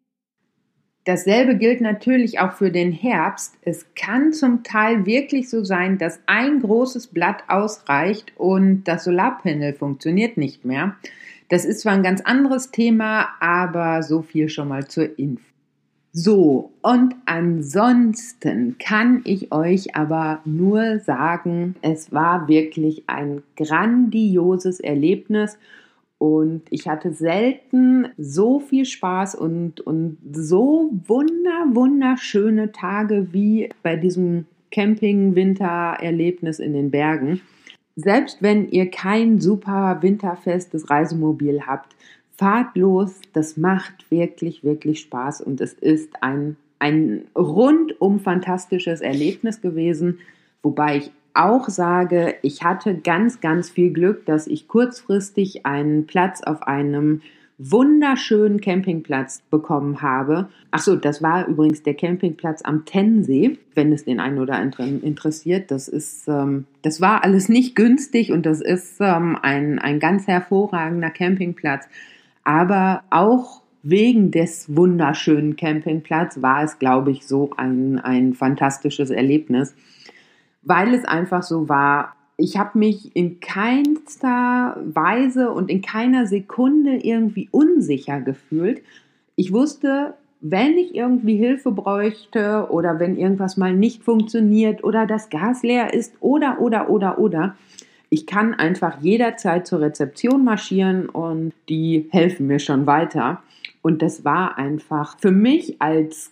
Dasselbe gilt natürlich auch für den Herbst. Es kann zum Teil wirklich so sein, dass ein großes Blatt ausreicht und das Solarpanel funktioniert nicht mehr. Das ist zwar ein ganz anderes Thema, aber so viel schon mal zur Info. So, und ansonsten kann ich euch aber nur sagen, es war wirklich ein grandioses Erlebnis, Und ich hatte selten so viel Spaß und, und so wunder, wunderschöne Tage wie bei diesem Camping-Winter-Erlebnis in den Bergen. Selbst wenn ihr kein super winterfestes Reisemobil habt, fahrt los, das macht wirklich, wirklich Spaß und es ist ein, ein rundum fantastisches Erlebnis gewesen, wobei ich auch sage, ich hatte ganz, ganz viel Glück, dass ich kurzfristig einen Platz auf einem wunderschönen Campingplatz bekommen habe. Ach so, das war übrigens der Campingplatz am Tennsee, wenn es den einen oder anderen interessiert. Das ist, ähm, das war alles nicht günstig und das ist ähm, ein, ein ganz hervorragender Campingplatz. Aber auch wegen des wunderschönen Campingplatzes war es, glaube ich, so ein, ein fantastisches Erlebnis, weil es einfach so war. Ich habe mich in keinster Weise und in keiner Sekunde irgendwie unsicher gefühlt. Ich wusste, wenn ich irgendwie Hilfe bräuchte oder wenn irgendwas mal nicht funktioniert oder das Gas leer ist oder, oder, oder, oder, ich kann einfach jederzeit zur Rezeption marschieren und die helfen mir schon weiter. Und das war einfach für mich als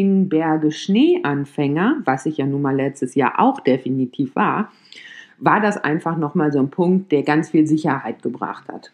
Camping-Berge-Schnee-Anfänger, was ich ja nun mal letztes Jahr auch definitiv war, war das einfach nochmal so ein Punkt, der ganz viel Sicherheit gebracht hat.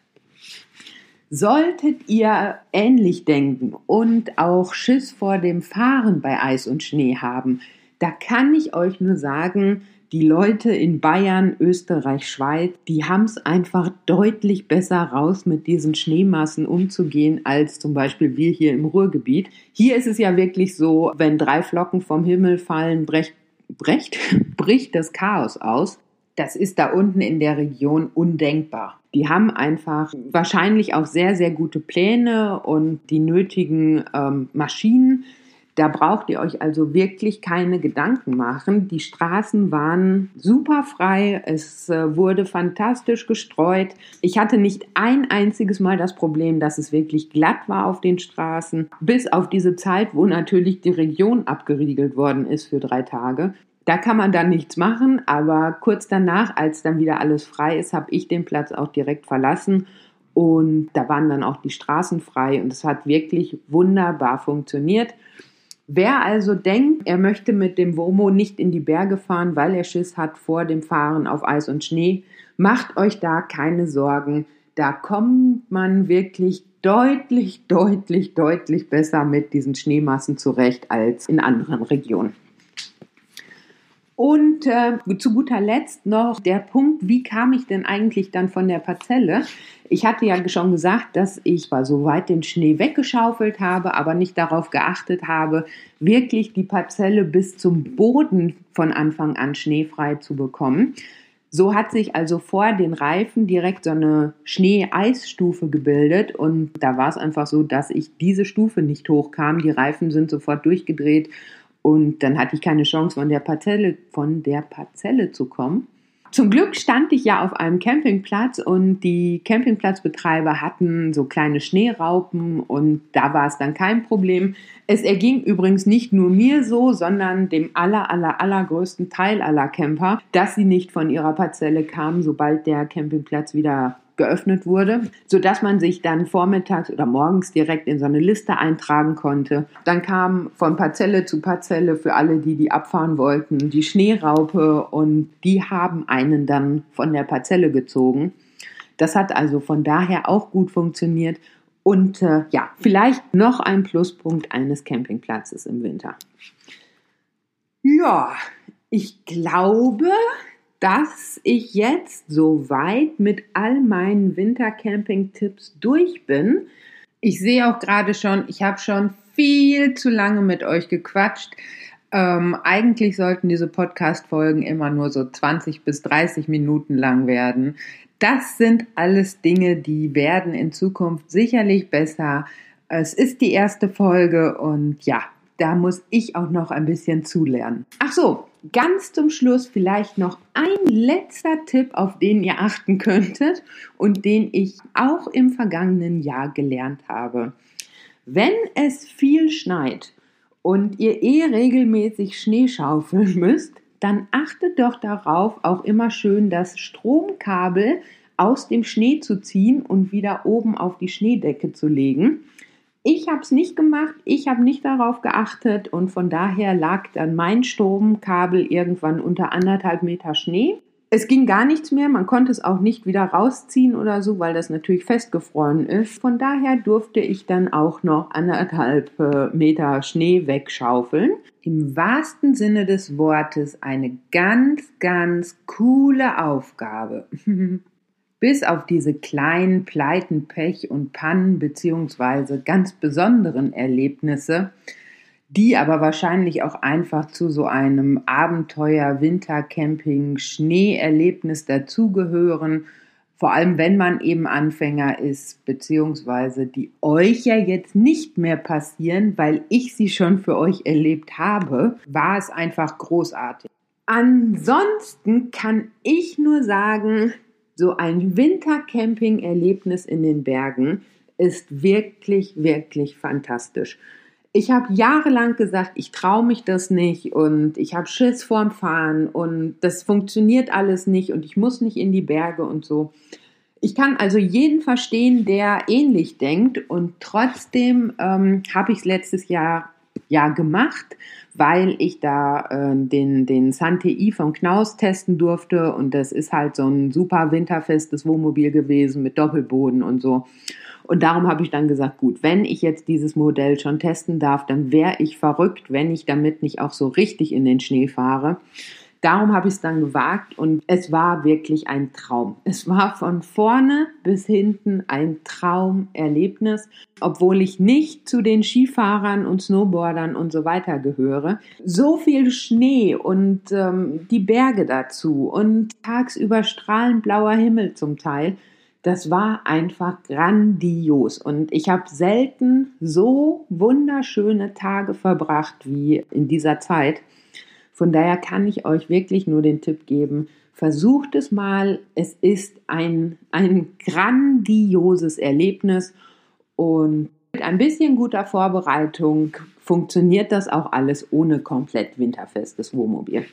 Solltet ihr ähnlich denken und auch Schiss vor dem Fahren bei Eis und Schnee haben, da kann ich euch nur sagen, die Leute in Bayern, Österreich, Schweiz, die haben es einfach deutlich besser raus, mit diesen Schneemassen umzugehen, als zum Beispiel wir hier im Ruhrgebiet. Hier ist es ja wirklich so, wenn drei Flocken vom Himmel fallen, brecht, brecht, bricht das Chaos aus. Das ist da unten in der Region undenkbar. Die haben einfach wahrscheinlich auch sehr, sehr gute Pläne und die nötigen ähm, Maschinen. Da braucht ihr euch also wirklich keine Gedanken machen. Die Straßen waren super frei, es äh, wurde fantastisch gestreut. Ich hatte nicht ein einziges Mal das Problem, dass es wirklich glatt war auf den Straßen, bis auf diese Zeit, wo natürlich die Region abgeriegelt worden ist für drei Tage. Da kann man dann nichts machen, aber kurz danach, als dann wieder alles frei ist, habe ich den Platz auch direkt verlassen und da waren dann auch die Straßen frei und es hat wirklich wunderbar funktioniert. Wer also denkt, er möchte mit dem Womo nicht in die Berge fahren, weil er Schiss hat vor dem Fahren auf Eis und Schnee, macht euch da keine Sorgen. Da kommt man wirklich deutlich, deutlich, deutlich besser mit diesen Schneemassen zurecht als in anderen Regionen. Und äh, zu guter Letzt noch der Punkt, wie kam ich denn eigentlich dann von der Parzelle? Ich hatte ja schon gesagt, dass ich zwar so weit den Schnee weggeschaufelt habe, aber nicht darauf geachtet habe, wirklich die Parzelle bis zum Boden von Anfang an schneefrei zu bekommen. So hat sich also vor den Reifen direkt so eine Schnee-Eis-Stufe gebildet und da war es einfach so, dass ich diese Stufe nicht hochkam. Die Reifen sind sofort durchgedreht. Und dann hatte ich keine Chance, von der Parzelle, von der Parzelle zu kommen. Zum Glück stand ich ja auf einem Campingplatz und die Campingplatzbetreiber hatten so kleine Schneeraupen und da war es dann kein Problem. Es erging übrigens nicht nur mir so, sondern dem aller, aller, allergrößten Teil aller Camper, dass sie nicht von ihrer Parzelle kamen, sobald der Campingplatz wieder geöffnet wurde, sodass man sich dann vormittags oder morgens direkt in so eine Liste eintragen konnte. Dann kam von Parzelle zu Parzelle für alle, die die abfahren wollten, die Schneeraupe und die haben einen dann von der Parzelle gezogen. Das hat also von daher auch gut funktioniert und äh, ja, vielleicht noch ein Pluspunkt eines Campingplatzes im Winter. Ja, ich glaube, dass ich jetzt soweit mit all meinen Wintercamping-Tipps durch bin. Ich sehe auch gerade schon, ich habe schon viel zu lange mit euch gequatscht. Ähm, eigentlich sollten diese Podcast-Folgen immer nur so zwanzig bis dreißig Minuten lang werden. Das sind alles Dinge, die werden in Zukunft sicherlich besser. Es ist die erste Folge und ja, da muss ich auch noch ein bisschen zulernen. Ach so, ganz zum Schluss vielleicht noch ein letzter Tipp, auf den ihr achten könntet und den ich auch im vergangenen Jahr gelernt habe. Wenn es viel schneit und ihr eh regelmäßig Schnee schaufeln müsst, dann achtet doch darauf, auch immer schön das Stromkabel aus dem Schnee zu ziehen und wieder oben auf die Schneedecke zu legen. Ich habe es nicht gemacht, ich habe nicht darauf geachtet und von daher lag dann mein Stromkabel irgendwann unter anderthalb Meter Schnee. Es ging gar nichts mehr, man konnte es auch nicht wieder rausziehen oder so, weil das natürlich festgefroren ist. Von daher durfte ich dann auch noch anderthalb Meter Schnee wegschaufeln. Im wahrsten Sinne des Wortes eine ganz, ganz coole Aufgabe. Bis auf diese kleinen Pleiten, Pech und Pannen beziehungsweise ganz besonderen Erlebnisse, die aber wahrscheinlich auch einfach zu so einem Abenteuer, Wintercamping, Schneeerlebnis dazugehören, vor allem wenn man eben Anfänger ist, beziehungsweise die euch ja jetzt nicht mehr passieren, weil ich sie schon für euch erlebt habe, war es einfach großartig. Ansonsten kann ich nur sagen, so ein Wintercamping-Erlebnis in den Bergen ist wirklich, wirklich fantastisch. Ich habe jahrelang gesagt, ich traue mich das nicht und ich habe Schiss vorm Fahren und das funktioniert alles nicht und ich muss nicht in die Berge und so. Ich kann also jeden verstehen, der ähnlich denkt und trotzdem ähm, habe ich es letztes Jahr ja gemacht, weil ich da äh, den, den Sante-I von Knaus testen durfte und das ist halt so ein super winterfestes Wohnmobil gewesen mit Doppelboden und so. Und darum habe ich dann gesagt, gut, wenn ich jetzt dieses Modell schon testen darf, dann wäre ich verrückt, wenn ich damit nicht auch so richtig in den Schnee fahre. Darum habe ich es dann gewagt und es war wirklich ein Traum. Es war von vorne bis hinten ein Traumerlebnis, obwohl ich nicht zu den Skifahrern und Snowboardern und so weiter gehöre. So viel Schnee und ähm, die Berge dazu und tagsüber strahlend blauer Himmel zum Teil. Das war einfach grandios und ich habe selten so wunderschöne Tage verbracht wie in dieser Zeit. Von daher kann ich euch wirklich nur den Tipp geben, versucht es mal. Es ist ein, ein grandioses Erlebnis und mit ein bisschen guter Vorbereitung funktioniert das auch alles ohne komplett winterfestes Wohnmobil.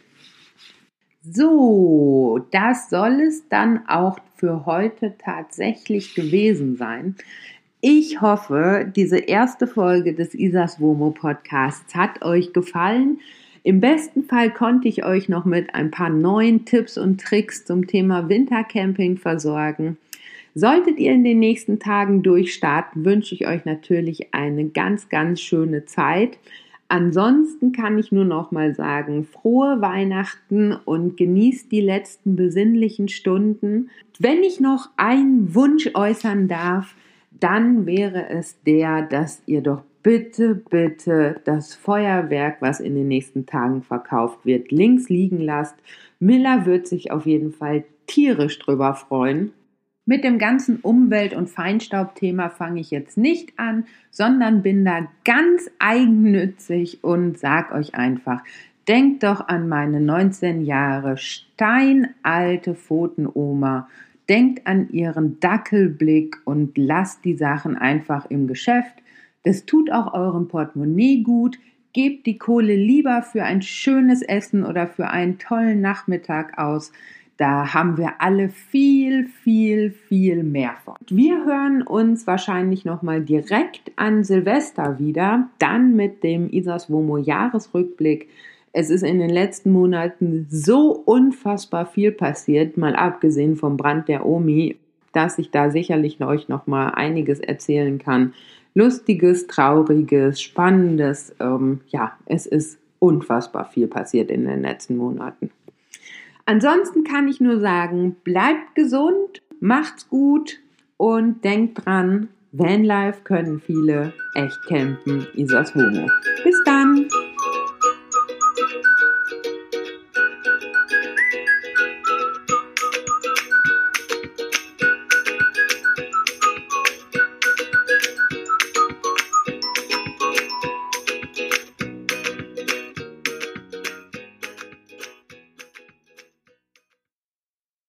So, das soll es dann auch für heute tatsächlich gewesen sein. Ich hoffe, diese erste Folge des Isa's-Womo Podcasts hat euch gefallen. Im besten Fall konnte ich euch noch mit ein paar neuen Tipps und Tricks zum Thema Wintercamping versorgen. Solltet ihr in den nächsten Tagen durchstarten, wünsche ich euch natürlich eine ganz, ganz schöne Zeit. Ansonsten kann ich nur noch mal sagen, frohe Weihnachten und genießt die letzten besinnlichen Stunden. Wenn ich noch einen Wunsch äußern darf, dann wäre es der, dass ihr doch bitte, bitte das Feuerwerk, was in den nächsten Tagen verkauft wird, links liegen lasst. Miller wird sich auf jeden Fall tierisch drüber freuen. Mit dem ganzen Umwelt- und Feinstaubthema fange ich jetzt nicht an, sondern bin da ganz eigennützig und sag euch einfach, denkt doch an meine neunzehn Jahre steinalte Pfotenoma, denkt an ihren Dackelblick und lasst die Sachen einfach im Geschäft. Das tut auch eurem Portemonnaie gut. Gebt die Kohle lieber für ein schönes Essen oder für einen tollen Nachmittag aus. Da haben wir alle viel, viel, viel mehr von. Wir hören uns wahrscheinlich nochmal direkt an Silvester wieder, dann mit dem Isa's-Womo Jahresrückblick. Es ist in den letzten Monaten so unfassbar viel passiert, mal abgesehen vom Brand der Omi, dass ich da sicherlich euch nochmal einiges erzählen kann. Lustiges, Trauriges, Spannendes, ähm, ja, es ist unfassbar viel passiert in den letzten Monaten. Ansonsten kann ich nur sagen, bleibt gesund, macht's gut und denkt dran, Vanlife können viele, echt campen, Isa's-Womo. Bis dann!